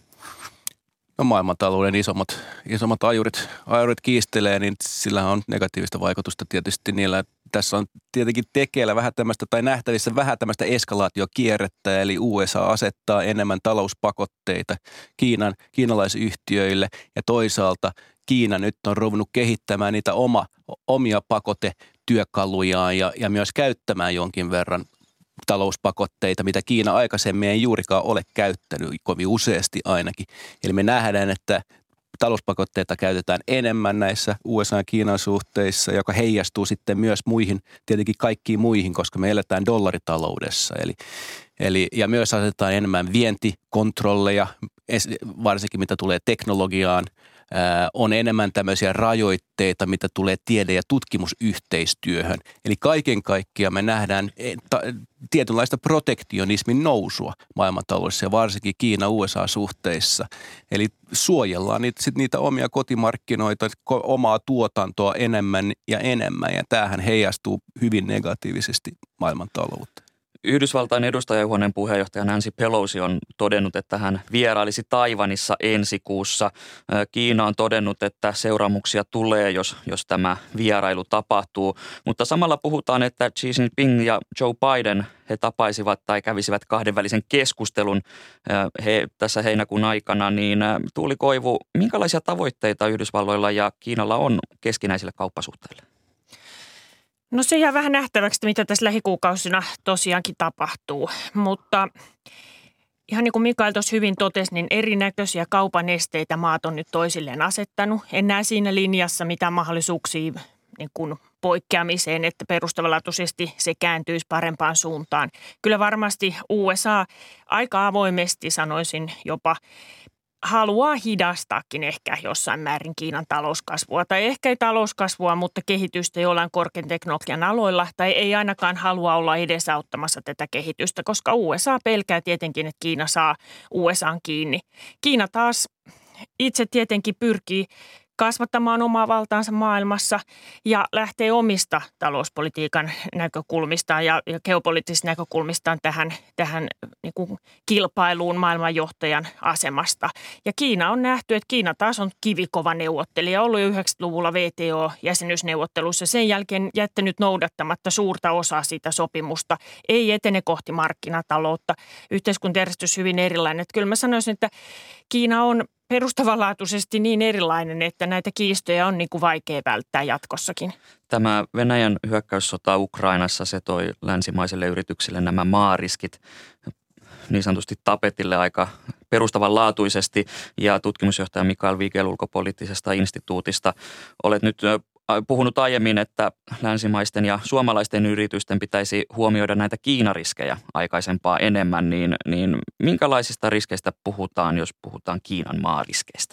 No maailmantalouden isommat, isommat ajurit, ajurit kiistelee, niin sillä on negatiivista vaikutusta tietysti niillä. Tässä on tietenkin tekeillä vähän tämmöistä tai nähtävissä vähän tämmöistä eskalaatiokierrettä, eli U S A asettaa enemmän talouspakotteita Kiinan, kiinalaisyhtiöille ja toisaalta Kiina nyt on ruvennut kehittämään niitä oma, omia pakotetyökalujaan ja, ja myös käyttämään jonkin verran talouspakotteita, mitä Kiina aikaisemmin ei juurikaan ole käyttänyt, kovin useasti ainakin. Eli me nähdään, että talouspakotteita käytetään enemmän näissä U S A ja Kiinan suhteissa, joka heijastuu sitten myös muihin, tietenkin kaikkiin muihin, koska me eletään dollaritaloudessa. Eli, eli, ja myös asetetaan enemmän vientikontrolleja, varsinkin mitä tulee teknologiaan. Ää, on enemmän tämmöisiä rajoitteita, mitä tulee tiede- ja tutkimusyhteistyöhön. Eli kaiken kaikkiaan me nähdään ta- tietynlaista protektionismin nousua maailmantaloudessa ja varsinkin Kiina-U S A-suhteissa. Eli suojellaan niitä, sit niitä omia kotimarkkinoita, ko- omaa tuotantoa enemmän ja enemmän ja tämähän heijastuu hyvin negatiivisesti maailmantalouteen. Yhdysvaltain edustajahuoneen puheenjohtaja Nancy Pelosi on todennut, että hän vierailisi Taiwanissa ensi kuussa. Kiina on todennut, että seuraamuksia tulee, jos, jos tämä vierailu tapahtuu. Mutta samalla puhutaan, että Xi Jinping ja Joe Biden, he tapaisivat tai kävisivät kahdenvälisen keskustelun he, tässä heinäkuun aikana. Niin Tuuli Koivu, minkälaisia tavoitteita Yhdysvalloilla ja Kiinalla on keskinäisille kauppasuhteille? No se jää vähän nähtäväksi, mitä tässä lähikuukausina tosiaankin tapahtuu, mutta ihan niin kuin Mikael tuossa hyvin totesi, niin erinäköisiä kaupan esteitä maat on nyt toisilleen asettanut. En näe siinä linjassa mitään mahdollisuuksia niin kuin poikkeamiseen, että perustavanlaatuisesti se kääntyisi parempaan suuntaan. Kyllä varmasti U S A aika avoimesti, sanoisin jopa, haluaa hidastaakin ehkä jossain määrin Kiinan talouskasvua. Tai ehkä ei talouskasvua, mutta kehitystä jollain korkean teknologian aloilla. Tai ei ainakaan halua olla edesauttamassa tätä kehitystä, koska U S A pelkää tietenkin, että Kiina saa U S A:n kiinni. Kiina taas itse tietenkin pyrkii kasvattamaan omaa valtaansa maailmassa ja lähtee omista talouspolitiikan näkökulmistaan ja, ja geopoliittisista näkökulmistaan tähän, tähän niin kuin kilpailuun maailmanjohtajan asemasta. Ja Kiina on nähty, että Kiina taas on kivikova neuvottelija, ollut jo yhdeksänkymmentäluvulla V T O-jäsenyysneuvottelussa. Sen jälkeen jättänyt noudattamatta suurta osaa siitä sopimusta. Ei etene kohti markkinataloutta. Yhteiskuntajärjestys hyvin erilainen. Että kyllä mä sanoisin, että Kiina on perustavanlaatuisesti niin erilainen, että näitä kiistoja on niin kuin vaikea välttää jatkossakin. Tämä Venäjän hyökkäyssota Ukrainassa, se toi länsimaisille yrityksille nämä maariskit niin sanotusti tapetille aika perustavanlaatuisesti. Ja tutkimusjohtaja Mikael Wigel ulkopoliittisesta instituutista, olet nyt puhunut aiemmin, että länsimaisten ja suomalaisten yritysten pitäisi huomioida näitä Kiinariskejä aikaisempaa enemmän, niin, niin minkälaisista riskeistä puhutaan, jos puhutaan Kiinan maariskeistä?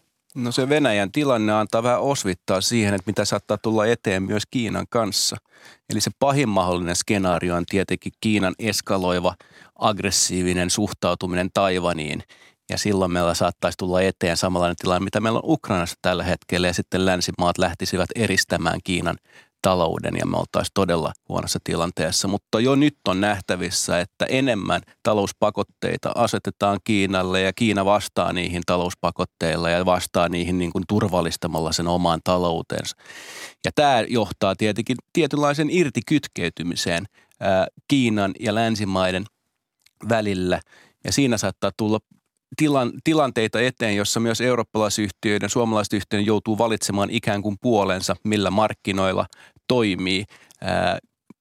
No se Venäjän tilanne antaa vähän osvittaa siihen, että mitä saattaa tulla eteen myös Kiinan kanssa. Eli se pahin mahdollinen skenaario on tietenkin Kiinan eskaloiva, aggressiivinen suhtautuminen Taiwaniin. Ja silloin meillä saattaisi tulla eteen samanlainen tilanne, mitä meillä on Ukrainassa tällä hetkellä. Ja sitten länsimaat lähtisivät eristämään Kiinan talouden ja me oltaisiin todella huonossa tilanteessa. Mutta jo nyt on nähtävissä, että enemmän talouspakotteita asetetaan Kiinalle ja Kiina vastaa niihin talouspakotteilla ja vastaa niihin niin kuin turvallistamalla sen omaan taloutensa. Ja tämä johtaa tietenkin tietynlaisen irtikytkeytymiseen ää, Kiinan ja länsimaiden välillä ja siinä saattaa tulla Tilan, tilanteita eteen, jossa myös eurooppalaisyhtiöiden, suomalaiset yhtiöiden joutuu valitsemaan ikään kuin puolensa, millä markkinoilla toimii. Ää,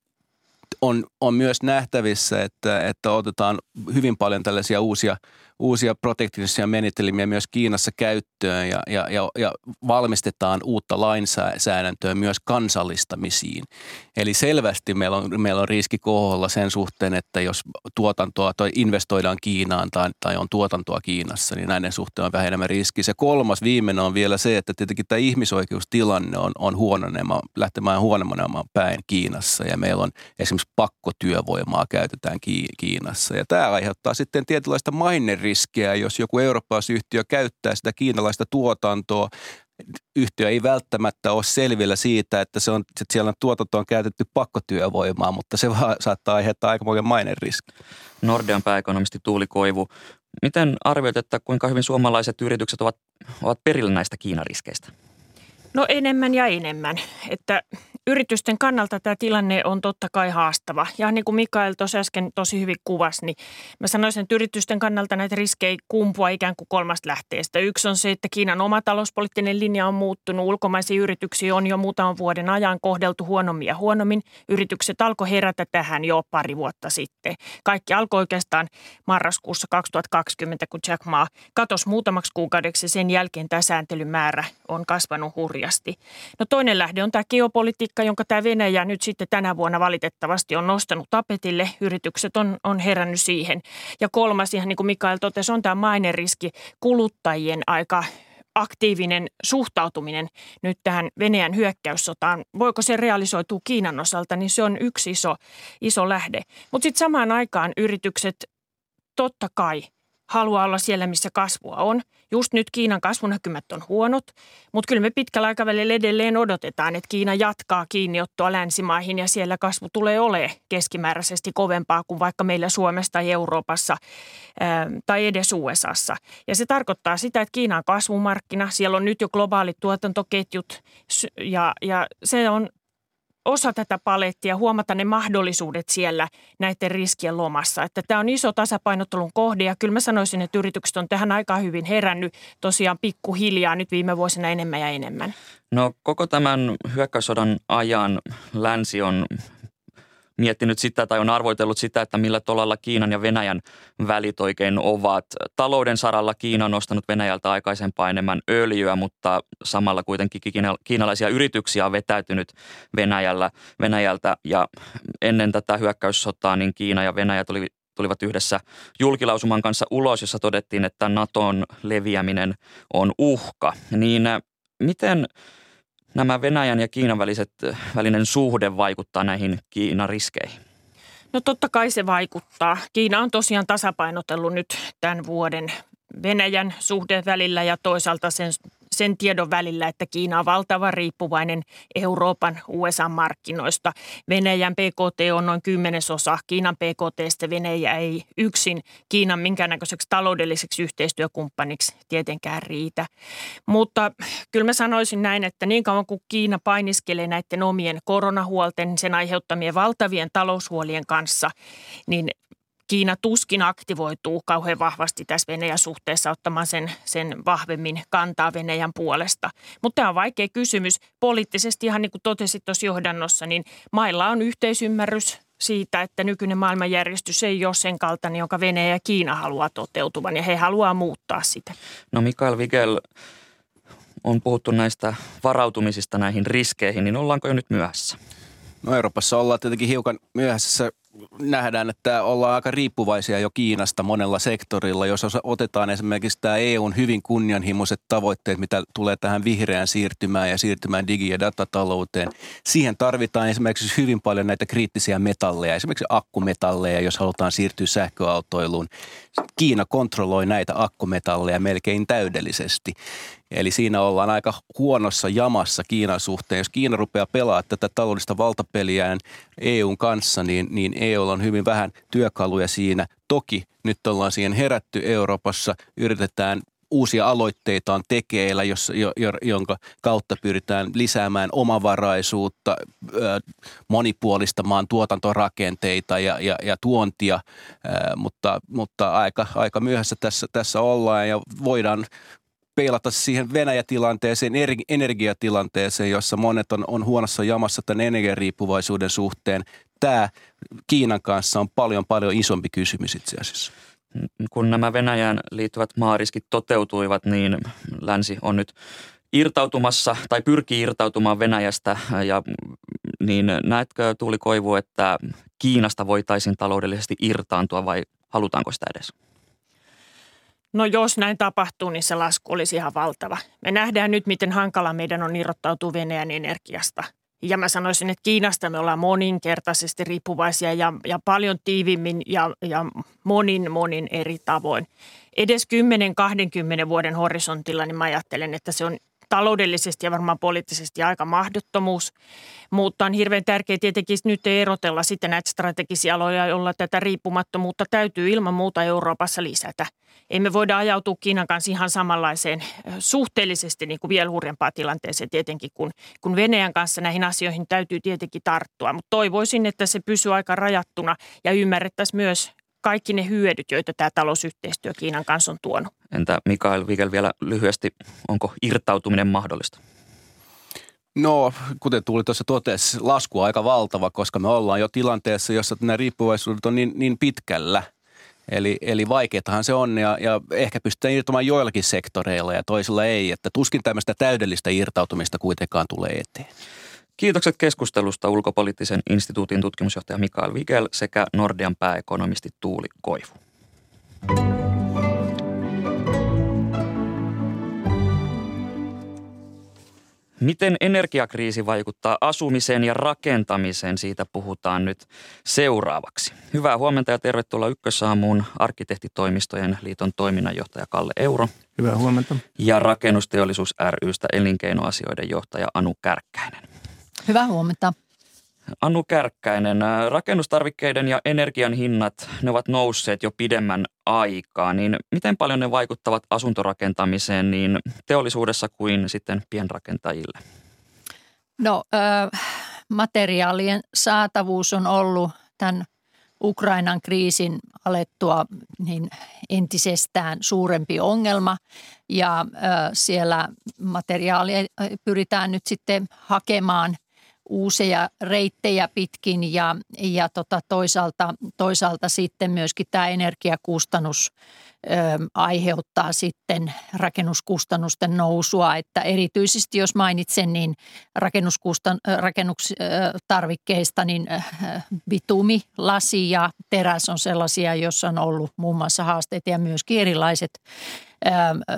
on, on myös nähtävissä, että, että otetaan hyvin paljon tällaisia uusia, uusia protektionistisia menetelmiä myös Kiinassa käyttöön ja, ja, ja, ja valmistetaan uutta lainsäädäntöä myös kansallistamisiin. Eli selvästi meillä on, meillä on riski koholla sen suhteen, että jos tuotantoa tai investoidaan Kiinaan tai, tai on tuotantoa Kiinassa, niin näiden suhteen on vähän enemmän riski. Se kolmas viimeinen on vielä se, että tietenkin tämä ihmisoikeustilanne on, on huononemaan, lähtemään huononemaan päin Kiinassa ja meillä on esimerkiksi pakkotyövoimaa käytetään Kiinassa ja tämä aiheuttaa sitten tietynlaista maineriskiä, jos joku eurooppalaisyhtiö käyttää sitä kiinalaista tuotantoa. Yhtiö ei välttämättä ole selvillä siitä, että, se on, että siellä tuotantoon käytetty pakkotyövoimaa, mutta se vaan saattaa aiheuttaa aikamoinen maineriski. Nordean pääekonomisti Tuuli Koivu, miten arvioit, että kuinka hyvin suomalaiset yritykset ovat, ovat perillä näistä Kiinariskeistä? No enemmän ja enemmän, että yritysten kannalta tämä tilanne on totta kai haastava. Ja niin kuin Mikael tuossa äsken tosi hyvin kuvasi, niin mä sanoisin, että yritysten kannalta näitä riskejä kumpua ikään kuin kolmasta lähteestä. Yksi on se, että Kiinan oma talouspoliittinen linja on muuttunut. Ulkomaisia yrityksiä on jo muutaman vuoden ajan kohdeltu huonommin ja huonommin. Yritykset alkoi herätä tähän jo pari vuotta sitten. Kaikki alkoi oikeastaan marraskuussa kaksituhattakaksikymmentä, kun Jack Ma katosi muutamaksi kuukaudeksi. Sen jälkeen tämä sääntelymäärä on kasvanut hurjasti. No toinen lähde on tämä geopolitiikka, jonka tämä Venäjä nyt sitten tänä vuonna valitettavasti on nostanut tapetille. Yritykset on, on herännyt siihen. Ja kolmas, ihan niin kuin Mikael totesi, on tämä maineriski, kuluttajien aika aktiivinen suhtautuminen nyt tähän Venäjän hyökkäyssotaan. Voiko se realisoitua Kiinan osalta, niin se on yksi iso, iso lähde. Mutta sitten samaan aikaan yritykset totta kai haluaa olla siellä, missä kasvua on. Just nyt Kiinan kasvunäkymät on huonot, mutta kyllä me pitkällä aikavälillä edelleen odotetaan, että Kiina jatkaa kiinniottoa länsimaihin ja siellä kasvu tulee olemaan keskimääräisesti kovempaa kuin vaikka meillä Suomessa tai Euroopassa ää, tai edes U S A:ssa. Ja se tarkoittaa sitä, että Kiina on kasvumarkkina, siellä on nyt jo globaalit tuotantoketjut ja, ja se on osa tätä palettia, huomata ne mahdollisuudet siellä näiden riskien lomassa. Että tämä on iso tasapainottelun kohde ja kyllä mä sanoisin, että yritykset on tähän aikaan hyvin herännyt tosiaan pikkuhiljaa nyt viime vuosina enemmän ja enemmän. No koko tämän hyökkäyssodan ajan länsi on miettinyt sitä tai on arvoitellut sitä, että millä tolalla Kiinan ja Venäjän välit oikein ovat. Talouden saralla Kiina on ostanut Venäjältä aikaisempaa enemmän öljyä, mutta samalla kuitenkin kiinalaisia yrityksiä on vetäytynyt Venäjällä, Venäjältä. Ja ennen tätä hyökkäyssotaa niin Kiina ja Venäjä tuli, tulivat yhdessä julkilausuman kanssa ulos, jossa todettiin, että Naton leviäminen on uhka. Niin miten nämä Venäjän ja Kiinan väliset, välinen suhde vaikuttaa näihin Kiinan riskeihin? No totta kai se vaikuttaa. Kiina on tosiaan tasapainotellut nyt tämän vuoden Venäjän suhteen välillä ja toisaalta sen, sen tiedon välillä, että Kiina on valtavan riippuvainen Euroopan U S A-markkinoista. Venäjän P K T on noin kymmenesosa Kiinan P K T:stä. Venäjä ei yksin Kiinan minkäännäköiseksi taloudelliseksi yhteistyökumppaniksi tietenkään riitä. Mutta kyllä mä sanoisin näin, että niin kauan kuin Kiina painiskelee näiden omien koronahuolten, sen aiheuttamien valtavien taloushuolien kanssa, niin Kiina tuskin aktivoituu kauhean vahvasti tässä Venäjän suhteessa ottamaan sen, sen vahvemmin kantaa Venäjän puolesta. Mutta tämä on vaikea kysymys. Poliittisesti, ihan niin kuin totesit tuossa johdannossa, niin mailla on yhteisymmärrys siitä, että nykyinen maailmanjärjestys ei ole sen kaltainen, jonka Venäjä ja Kiina haluaa toteutuvan ja he haluaa muuttaa sitä. No Mikael Wigel, on puhuttu näistä varautumisista näihin riskeihin, niin ollaanko jo nyt myöhässä? No Euroopassa ollaan tietenkin hiukan myöhässä. Nähdään, että ollaan aika riippuvaisia jo Kiinasta monella sektorilla. Jos otetaan esimerkiksi tämä E U:n hyvin kunnianhimoiset tavoitteet, mitä tulee tähän vihreään siirtymään ja siirtymään digi- ja datatalouteen. Siihen tarvitaan esimerkiksi hyvin paljon näitä kriittisiä metalleja, esimerkiksi akkumetalleja, jos halutaan siirtyä sähköautoiluun. Kiina kontrolloi näitä akkumetalleja melkein täydellisesti. Eli siinä ollaan aika huonossa jamassa Kiinan suhteen. Jos Kiina rupeaa pelaamaan tätä taloudellista valtapeliään E U:n kanssa, niin, niin E U:lla on hyvin vähän työkaluja siinä. Toki nyt ollaan siihen herätty Euroopassa, yritetään uusia aloitteita on tekeillä, jos, jo, jonka kautta pyritään lisäämään omavaraisuutta, monipuolistamaan tuotantorakenteita ja, ja, ja tuontia, mutta, mutta aika, aika myöhässä tässä, tässä ollaan ja voidaan peilata siihen Venäjä-tilanteeseen, energiatilanteeseen, jossa monet on, on huonossa jamassa tämän energiariippuvaisuuden suhteen. Tämä Kiinan kanssa on paljon, paljon isompi kysymys itse asiassa. Kun nämä Venäjään liittyvät maariskit toteutuivat, niin länsi on nyt irtautumassa tai pyrkii irtautumaan Venäjästä. Ja niin näetkö, Tuuli Koivu, että Kiinasta voitaisiin taloudellisesti irtaantua vai halutaanko sitä edes? No jos näin tapahtuu, niin se lasku olisi ihan valtava. Me nähdään nyt, miten hankala meidän on irrottautua Venäjän energiasta. Ja mä sanoisin, että Kiinasta me ollaan moninkertaisesti riippuvaisia ja, ja paljon tiivimmin ja, ja monin monin eri tavoin. Edes kymmenen kaksikymmentä vuoden horisontilla, niin mä ajattelen, että se on taloudellisesti ja varmaan poliittisesti aika mahdottomuus. Mutta on hirveän tärkeää tietenkin nyt erotella sitten näitä strategisia aloja, joilla tätä riippumattomuutta täytyy ilman muuta Euroopassa lisätä. Ei me voida ajautua Kiinan kanssa ihan samanlaiseen suhteellisesti niin kuin vielä hurjempaan tilanteeseen tietenkin, kun, kun Venäjän kanssa näihin asioihin täytyy tietenkin tarttua. Mutta toivoisin, että se pysyy aika rajattuna ja ymmärrettäisiin myös kaikki ne hyödyt, joita tämä talousyhteistyö Kiinan kanssa on tuonut. Entä Mikael Wigel vielä lyhyesti, onko irtautuminen mahdollista? No, kuten Tuuli tuossa totesi, lasku on aika valtava, koska me ollaan jo tilanteessa, jossa nämä riippuvaisuudet on niin, niin pitkällä. Eli, eli vaikeatahan se on ja, ja ehkä pystytään irtoamaan joillakin sektoreilla ja toisilla ei, että tuskin tämmöistä täydellistä irtautumista kuitenkaan tulee eteen. Kiitokset keskustelusta Ulkopoliittisen instituutin tutkimusjohtaja Mikael Wigel sekä Nordean pääekonomisti Tuuli Koivu. Miten energiakriisi vaikuttaa asumiseen ja rakentamiseen? Siitä puhutaan nyt seuraavaksi. Hyvää huomenta ja tervetuloa Ykkösaamuun Arkkitehtitoimistojen liiton toiminnanjohtaja Kalle Euro. Hyvää huomenta. Ja Rakennusteollisuus ry:stä elinkeinoasioiden johtaja Anu Kärkkäinen. Hyvää huomenta. Anu Kärkkäinen, rakennustarvikkeiden ja energian hinnat, ne ovat nousseet jo pidemmän aikaa, niin miten paljon ne vaikuttavat asuntorakentamiseen niin teollisuudessa kuin sitten pienrakentajille? No äh, materiaalien saatavuus on ollut tämän Ukrainan kriisin alettua niin entisestään suurempi ongelma ja äh, siellä materiaalia pyritään nyt sitten hakemaan uusia reittejä pitkin ja, ja tota toisaalta, toisaalta sitten myöskin tämä energiakustannus ö, aiheuttaa sitten rakennuskustannusten nousua. Että erityisesti jos mainitsen, niin rakennuskustan, rakennustarvikkeista niin bitumi, lasi ja teräs on sellaisia, joissa on ollut muun muassa haasteita ja myöskin erilaiset ö,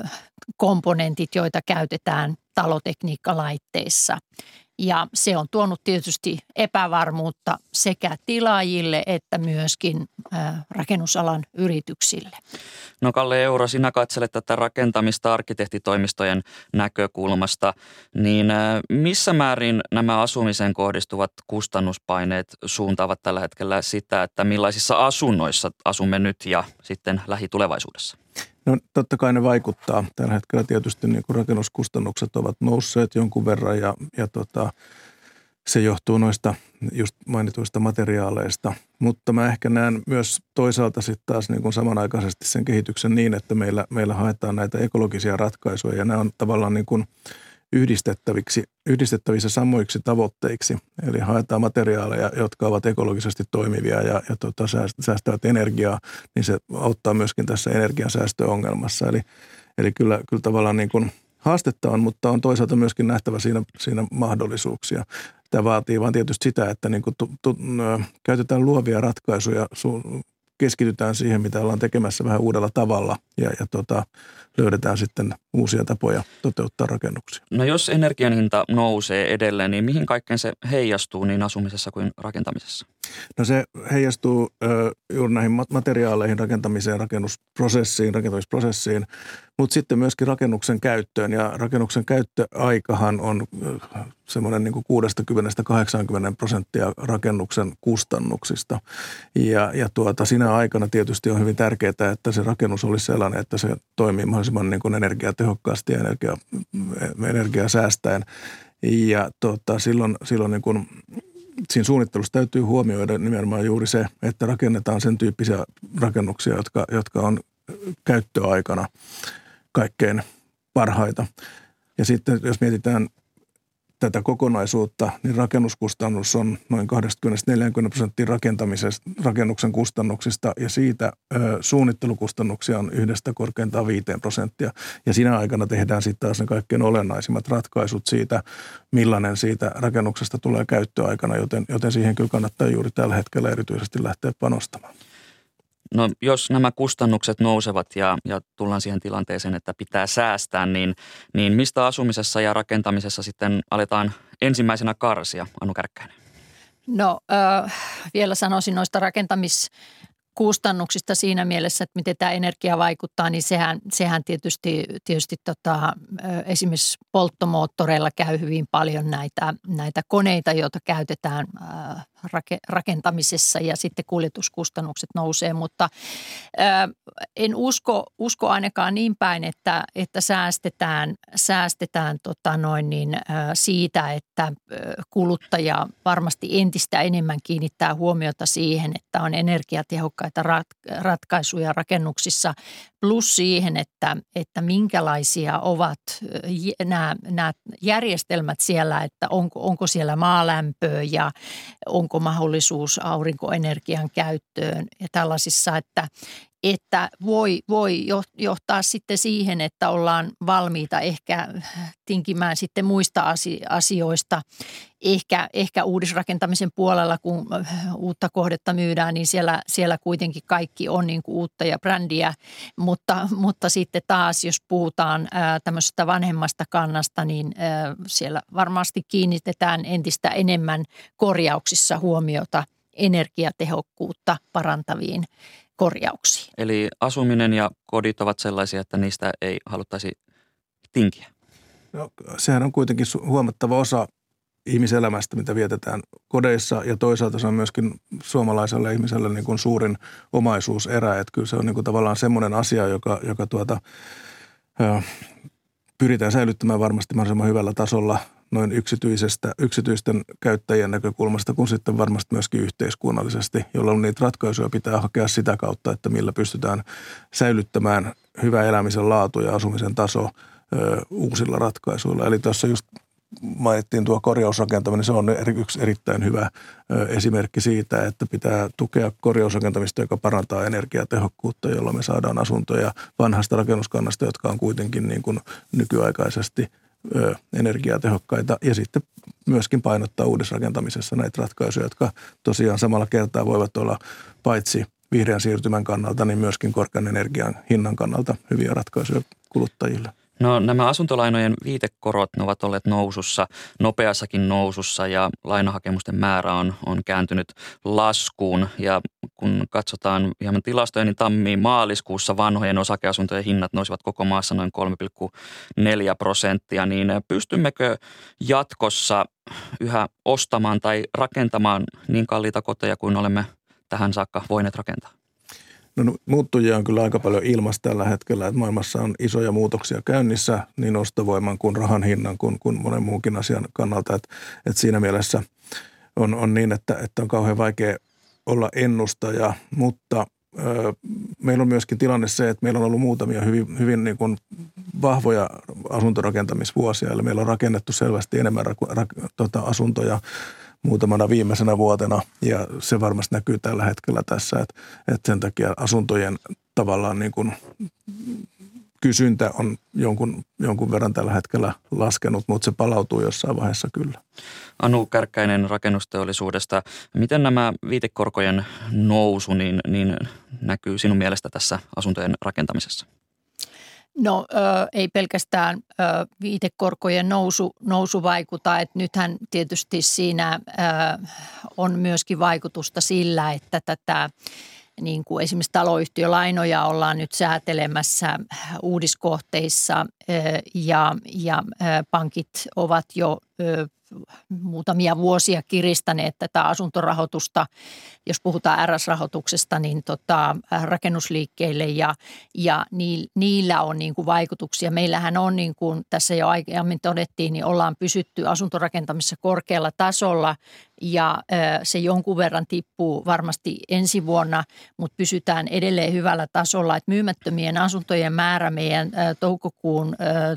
komponentit, joita käytetään talotekniikkalaitteissa. Ja se on tuonut tietysti epävarmuutta sekä tilaajille että myöskin rakennusalan yrityksille. No Kalle Euro, sinä katselet tätä rakentamista arkkitehtitoimistojen näkökulmasta, niin missä määrin nämä asumiseen kohdistuvat kustannuspaineet suuntaavat tällä hetkellä sitä, että millaisissa asunnoissa asumme nyt ja sitten lähitulevaisuudessa? No totta kai ne vaikuttaa. Tällä hetkellä tietysti niin kuin rakennuskustannukset ovat nousseet jonkun verran ja, ja tota, se johtuu noista just mainituista materiaaleista. Mutta mä ehkä näen myös toisaalta sitten taas niin kuin samanaikaisesti sen kehityksen niin, että meillä, meillä haetaan näitä ekologisia ratkaisuja ja nämä on tavallaan niin kuin yhdistettäviksi, yhdistettävissä samoiksi tavoitteiksi. Eli haetaan materiaaleja, jotka ovat ekologisesti toimivia ja, ja tota, säästävät energiaa, niin se auttaa myöskin tässä energiansäästöongelmassa. Eli, eli kyllä, kyllä tavallaan niin kuin haastetta on, mutta on toisaalta myöskin nähtävä siinä, siinä mahdollisuuksia. Tämä vaatii vaan tietysti sitä, että niin kuin tu, tu, käytetään luovia ratkaisuja, su, keskitytään siihen, mitä ollaan tekemässä vähän uudella tavalla ja, ja tota, löydetään sitten uusia tapoja toteuttaa rakennuksia. No jos energian hinta nousee edelleen, niin mihin kaikkeen se heijastuu niin asumisessa kuin rakentamisessa? No se heijastuu ö, juuri näihin materiaaleihin, rakentamiseen, rakennusprosessiin, rakentamisprosessiin, mutta sitten myöskin rakennuksen käyttöön. Ja rakennuksen käyttöaikahan on semmoinen niin kuin kuusikymmentä kahdeksankymmentä prosenttia rakennuksen kustannuksista. Ja, ja tuota, siinä aikana tietysti on hyvin tärkeää, että se rakennus olisi sellainen, että se toimii mahdollisimman niin kuin energiatehokkaasti ja energia, energiaa säästäen. Ja tuota, silloin, silloin niin kuin siinä suunnittelussa täytyy huomioida nimenomaan juuri se, että rakennetaan sen tyyppisiä rakennuksia, jotka, jotka on käyttöaikana kaikkein parhaita. Ja sitten jos mietitään tätä kokonaisuutta, niin rakennuskustannus on noin kaksikymmentä neljäkymmentä prosenttia rakennuksen kustannuksista ja siitä ö, suunnittelukustannuksia on yhdestä korkeintaan viiteen prosenttia. Ja siinä aikana tehdään sitten taas ne kaikkein olennaisimmat ratkaisut siitä, millainen siitä rakennuksesta tulee käyttöaikana, joten, joten siihen kyllä kannattaa juuri tällä hetkellä erityisesti lähteä panostamaan. No jos nämä kustannukset nousevat ja, ja tullaan siihen tilanteeseen, että pitää säästää, niin, niin mistä asumisessa ja rakentamisessa sitten aletaan ensimmäisenä karsia, Anu Kärkkäinen? No äh, vielä sanoisin noista rakentamiskustannuksista siinä mielessä, että miten tämä energia vaikuttaa, niin sehän, sehän tietysti, tietysti tota, esimerkiksi polttomoottoreilla käy hyvin paljon näitä, näitä koneita, joita käytetään äh, rakentamisessa ja sitten kuljetuskustannukset nousee, mutta ää, en usko, usko ainakaan niin päin, että, että säästetään, säästetään tota noin niin, ää, siitä, että kuluttaja varmasti entistä enemmän kiinnittää huomiota siihen, että on energiatehokkaita rat, ratkaisuja rakennuksissa, plus siihen, että, että minkälaisia ovat nämä, nämä järjestelmät siellä, että onko, onko siellä maalämpöä ja onko mahdollisuus aurinkoenergian käyttöön ja tällaisissa, että, että voi, voi johtaa sitten siihen, että ollaan valmiita ehkä tinkimään sitten muista asioista. Ehkä, ehkä uudisrakentamisen puolella, kun uutta kohdetta myydään, niin siellä, siellä kuitenkin kaikki on niin kuin uutta ja brändiä, mutta, mutta sitten taas, jos puhutaan ää, tämmöisestä vanhemmasta kannasta, niin ää, siellä varmasti kiinnitetään entistä enemmän korjauksissa huomiota energiatehokkuutta parantaviin korjauksiin. Eli asuminen ja kodit ovat sellaisia, että niistä ei haluttaisi tinkiä? No, sehän on kuitenkin huomattava osa ihmiselämästä, mitä vietetään kodeissa ja toisaalta se on myöskin suomalaiselle ihmiselle niin kuin suurin omaisuuserä. Että kyllä se on niin kuin tavallaan semmoinen asia, joka, joka tuota, ö, pyritään säilyttämään varmasti mahdollisimman hyvällä tasolla noin yksityisestä, yksityisten käyttäjien näkökulmasta, kun sitten varmasti myöskin yhteiskunnallisesti, jolloin niitä ratkaisuja pitää hakea sitä kautta, että millä pystytään säilyttämään hyvä elämisen laatu ja asumisen taso ö, uusilla ratkaisuilla. Eli tuossa just mainittiin tuo korjausrakentaminen, se on yksi erittäin hyvä ö, esimerkki siitä, että pitää tukea korjausrakentamista, joka parantaa energiatehokkuutta, jolloin me saadaan asuntoja vanhasta rakennuskannasta, jotka on kuitenkin niin kuin nykyaikaisesti ö, energiatehokkaita ja sitten myöskin painottaa uudisrakentamisessa näitä ratkaisuja, jotka tosiaan samalla kertaa voivat olla paitsi vihreän siirtymän kannalta, niin myöskin korkean energian hinnan kannalta hyviä ratkaisuja kuluttajille. No nämä asuntolainojen viitekorot, ne ovat olleet nousussa, nopeassakin nousussa ja lainahakemusten määrä on, on kääntynyt laskuun. Ja kun katsotaan hieman tilastoja, niin tammi-maaliskuussa vanhojen osakeasuntojen hinnat nousivat koko maassa noin kolme pilkku neljä prosenttia. Niin pystymmekö jatkossa yhä ostamaan tai rakentamaan niin kalliita koteja kuin olemme tähän saakka voineet rakentaa? No, muuttujia on kyllä aika paljon ilmassa tällä hetkellä, että maailmassa on isoja muutoksia käynnissä niin ostovoiman kuin rahan hinnan kuin, kuin monen muunkin asian kannalta. Että, että siinä mielessä on, on niin, että, että on kauhean vaikea olla ennustaja, mutta ö, meillä on myöskin tilanne se, että meillä on ollut muutamia hyvin, hyvin niin kuin vahvoja asuntorakentamisvuosia, eli meillä on rakennettu selvästi enemmän ra, ra, tota, asuntoja muutamana viimeisenä vuotena ja se varmasti näkyy tällä hetkellä tässä, että, että sen takia asuntojen tavallaan niin kuin kysyntä on jonkun, jonkun verran tällä hetkellä laskenut, mutta se palautuu jossain vaiheessa kyllä. Anu Kärkkäinen rakennusteollisuudesta. Miten nämä viitekorkojen nousu niin, niin näkyy sinun mielestä tässä asuntojen rakentamisessa? No ö, ei pelkästään ö, viitekorkojen nousu, nousu vaikuta, että nythän tietysti siinä ö, on myöskin vaikutusta sillä, että tätä niin kuin esimerkiksi taloyhtiölainoja ollaan nyt säätelemässä uudiskohteissa ö, ja, ja ö, pankit ovat jo ö, muutamia vuosia kiristäneet tätä asuntorahoitusta, jos puhutaan R S-rahoituksesta, niin tota, rakennusliikkeille ja, ja niillä on niin kuin vaikutuksia. Meillähän on, niin kuin tässä jo aiemmin todettiin, niin ollaan pysytty asuntorakentamisessa korkealla tasolla ja se jonkun verran tippuu varmasti ensi vuonna, mutta pysytään edelleen hyvällä tasolla, että myymättömien asuntojen määrä meidän toukokuun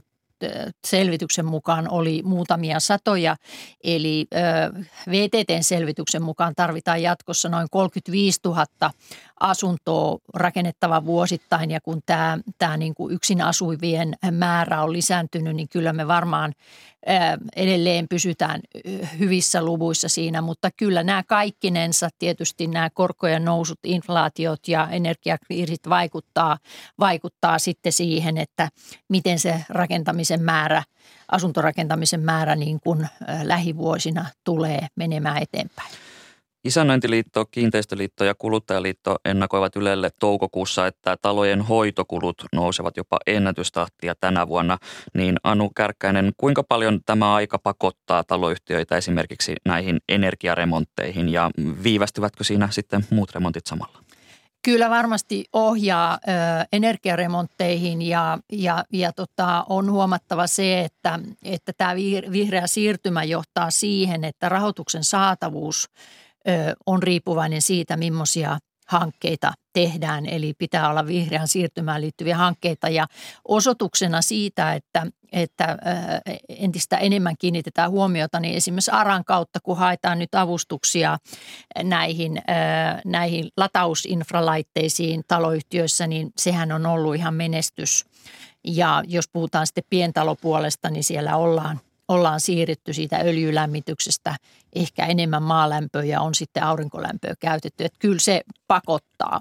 selvityksen mukaan oli muutamia satoja, eli V T T:n selvityksen mukaan tarvitaan jatkossa noin kolmekymmentäviisituhatta asuntoa rakennettava vuosittain, ja kun tämä, tämä niin kuin yksin asuvien määrä on lisääntynyt, niin kyllä me varmaan edelleen pysytään hyvissä luvuissa siinä, mutta kyllä nämä kaikkinensa tietysti nämä korkojen nousut, inflaatiot ja energiakriisit vaikuttaa, vaikuttaa sitten siihen, että miten se rakentamisen määrä, asuntorakentamisen määrä niin kuin lähivuosina tulee menemään eteenpäin. Isännöintiliitto, Kiinteistöliitto ja Kuluttajaliitto ennakoivat Ylelle toukokuussa, että talojen hoitokulut nousevat jopa ennätystahtia tänä vuonna. Niin Anu Kärkkäinen, kuinka paljon tämä aika pakottaa taloyhtiöitä esimerkiksi näihin energiaremontteihin ja viivästyvätkö siinä sitten muut remontit samalla? Kyllä varmasti ohjaa ö, energiaremontteihin ja, ja, ja tota, on huomattava se, että, että tämä vihreä siirtymä johtaa siihen, että rahoituksen saatavuus on riippuvainen siitä, millaisia hankkeita tehdään. Eli pitää olla vihreän siirtymään liittyviä hankkeita ja osoituksena siitä, että, että entistä enemmän kiinnitetään huomiota, niin esimerkiksi ARAn kautta, kun haetaan nyt avustuksia näihin, näihin latausinfralaitteisiin taloyhtiöissä, niin sehän on ollut ihan menestys. Ja jos puhutaan sitten pientalopuolesta, niin siellä ollaan ollaan siirrytty siitä öljylämmityksestä ehkä enemmän maalämpöä ja on sitten aurinkolämpöä käytetty. Että kyllä se pakottaa.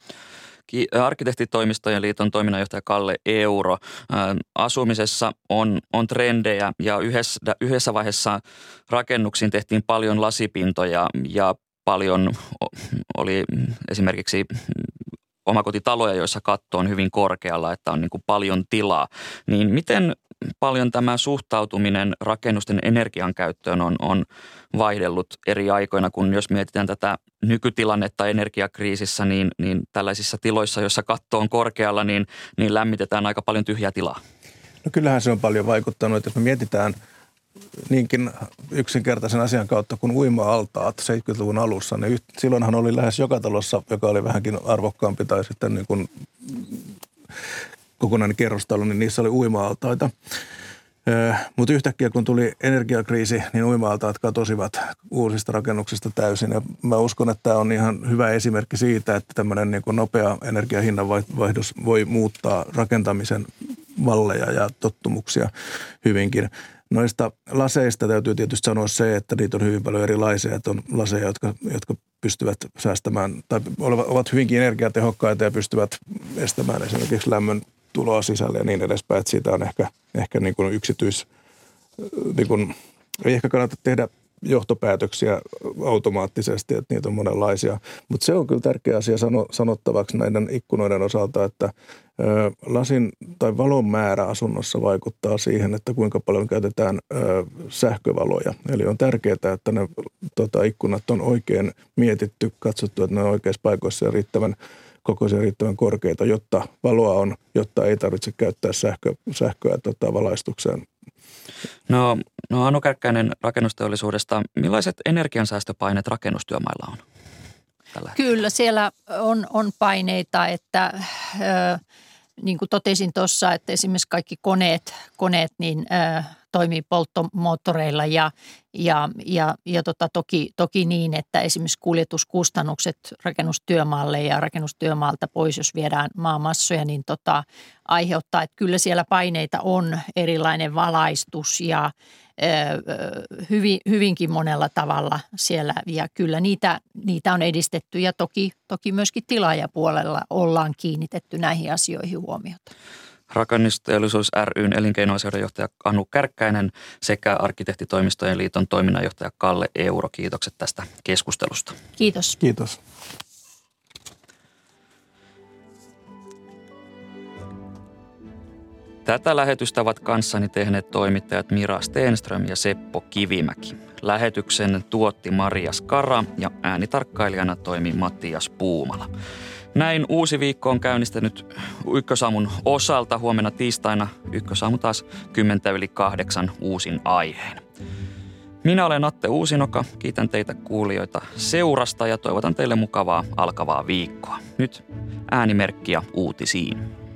Arkkitehtitoimistojen liiton toiminnanjohtaja Kalle Euro. Asumisessa on, on trendejä ja yhdessä, yhdessä vaiheessa rakennuksiin tehtiin paljon lasipintoja ja paljon oli esimerkiksi omakotitaloja, joissa katto on hyvin korkealla, että on niin kuin paljon tilaa. Niin miten paljon tämä suhtautuminen rakennusten energian käyttöön on, on vaihdellut eri aikoina, kun jos mietitään tätä nykytilannetta energiakriisissä, niin, niin tällaisissa tiloissa, joissa katto on korkealla, niin, niin lämmitetään aika paljon tyhjää tilaa. No kyllähän se on paljon vaikuttanut, että jos me mietitään niinkin yksinkertaisen asian kautta kuin uima-altaat seitsemänkymmentäluvun alussa, niin silloinhan oli lähes joka talossa, joka oli vähänkin arvokkaampi tai sitten niin kuin kokonainen kerrostalo, niin niissä oli uima-altaita. Mutta yhtäkkiä kun tuli energiakriisi, niin uima-altaat katosivat uusista rakennuksista täysin. Ja mä uskon, että tämä on ihan hyvä esimerkki siitä, että tämmöinen niin kuin nopea energiahinnanvaihdos voi muuttaa rakentamisen malleja ja tottumuksia hyvinkin. Noista laseista täytyy tietysti sanoa se, että niitä on hyvin paljon erilaisia, että on laseja, jotka, jotka pystyvät säästämään tai ovat hyvinkin energiatehokkaita ja pystyvät estämään esimerkiksi lämmön tuloa sisälle ja niin edespäin, että siitä on ehkä, ehkä niin kuin yksityis, niin kuin, ei ehkä kannata tehdä johtopäätöksiä automaattisesti, että niitä on monenlaisia. Mutta se on kyllä tärkeä asia sano, sanottavaksi näiden ikkunoiden osalta, että ö, lasin tai valon määrä asunnossa vaikuttaa siihen, että kuinka paljon käytetään ö, sähkövaloja. Eli on tärkeää, että ne tota, ikkunat on oikein mietitty, katsottu, että ne on oikeissa paikoissa ja riittävän kokoisia riittävän korkeita, jotta valoa on, jotta ei tarvitse käyttää sähkö, sähköä tota, valaistukseen. No, no Anu Kärkkäinen rakennusteollisuudesta. Millaiset energiansäästöpaineet rakennustyömailla on tällä hetkellä? Kyllä siellä on, on paineita, että ö, niin kuin totesin tuossa, että esimerkiksi kaikki koneet, koneet niin ö, toimii polttomoottoreilla ja, ja, ja, ja tota, toki, toki niin, että esimerkiksi kuljetuskustannukset rakennustyömaalle ja rakennustyömaalta pois, jos viedään maamassoja, niin tota, aiheuttaa, että kyllä siellä paineita on, erilainen valaistus ja ö, hyvin, hyvinkin monella tavalla siellä ja kyllä niitä, niitä on edistetty ja toki, toki myöskin tilaajapuolella ollaan kiinnitetty näihin asioihin huomiota. Rakennusteollisuus ry:n elinkeinoasioiden johtaja Anu Kärkkäinen sekä Arkkitehtitoimistojen liiton toiminnanjohtaja Kalle Euro. Kiitokset tästä keskustelusta. Kiitos. Kiitos. Tätä lähetystä ovat kanssani tehneet toimittajat Mira Stenström ja Seppo Kivimäki. Lähetyksen tuotti Maria Skara ja äänitarkkailijana toimi Mattias Puumala. Näin uusi viikko on käynnistänyt Ykkösaamun osalta. Huomenna tiistaina Ykkösaamu taas kymmentä yli kahdeksan uusin aiheen. Minä olen Atte Uusinoka. Kiitän teitä kuulijoita seurasta ja toivotan teille mukavaa alkavaa viikkoa. Nyt äänimerkkiä uutisiin.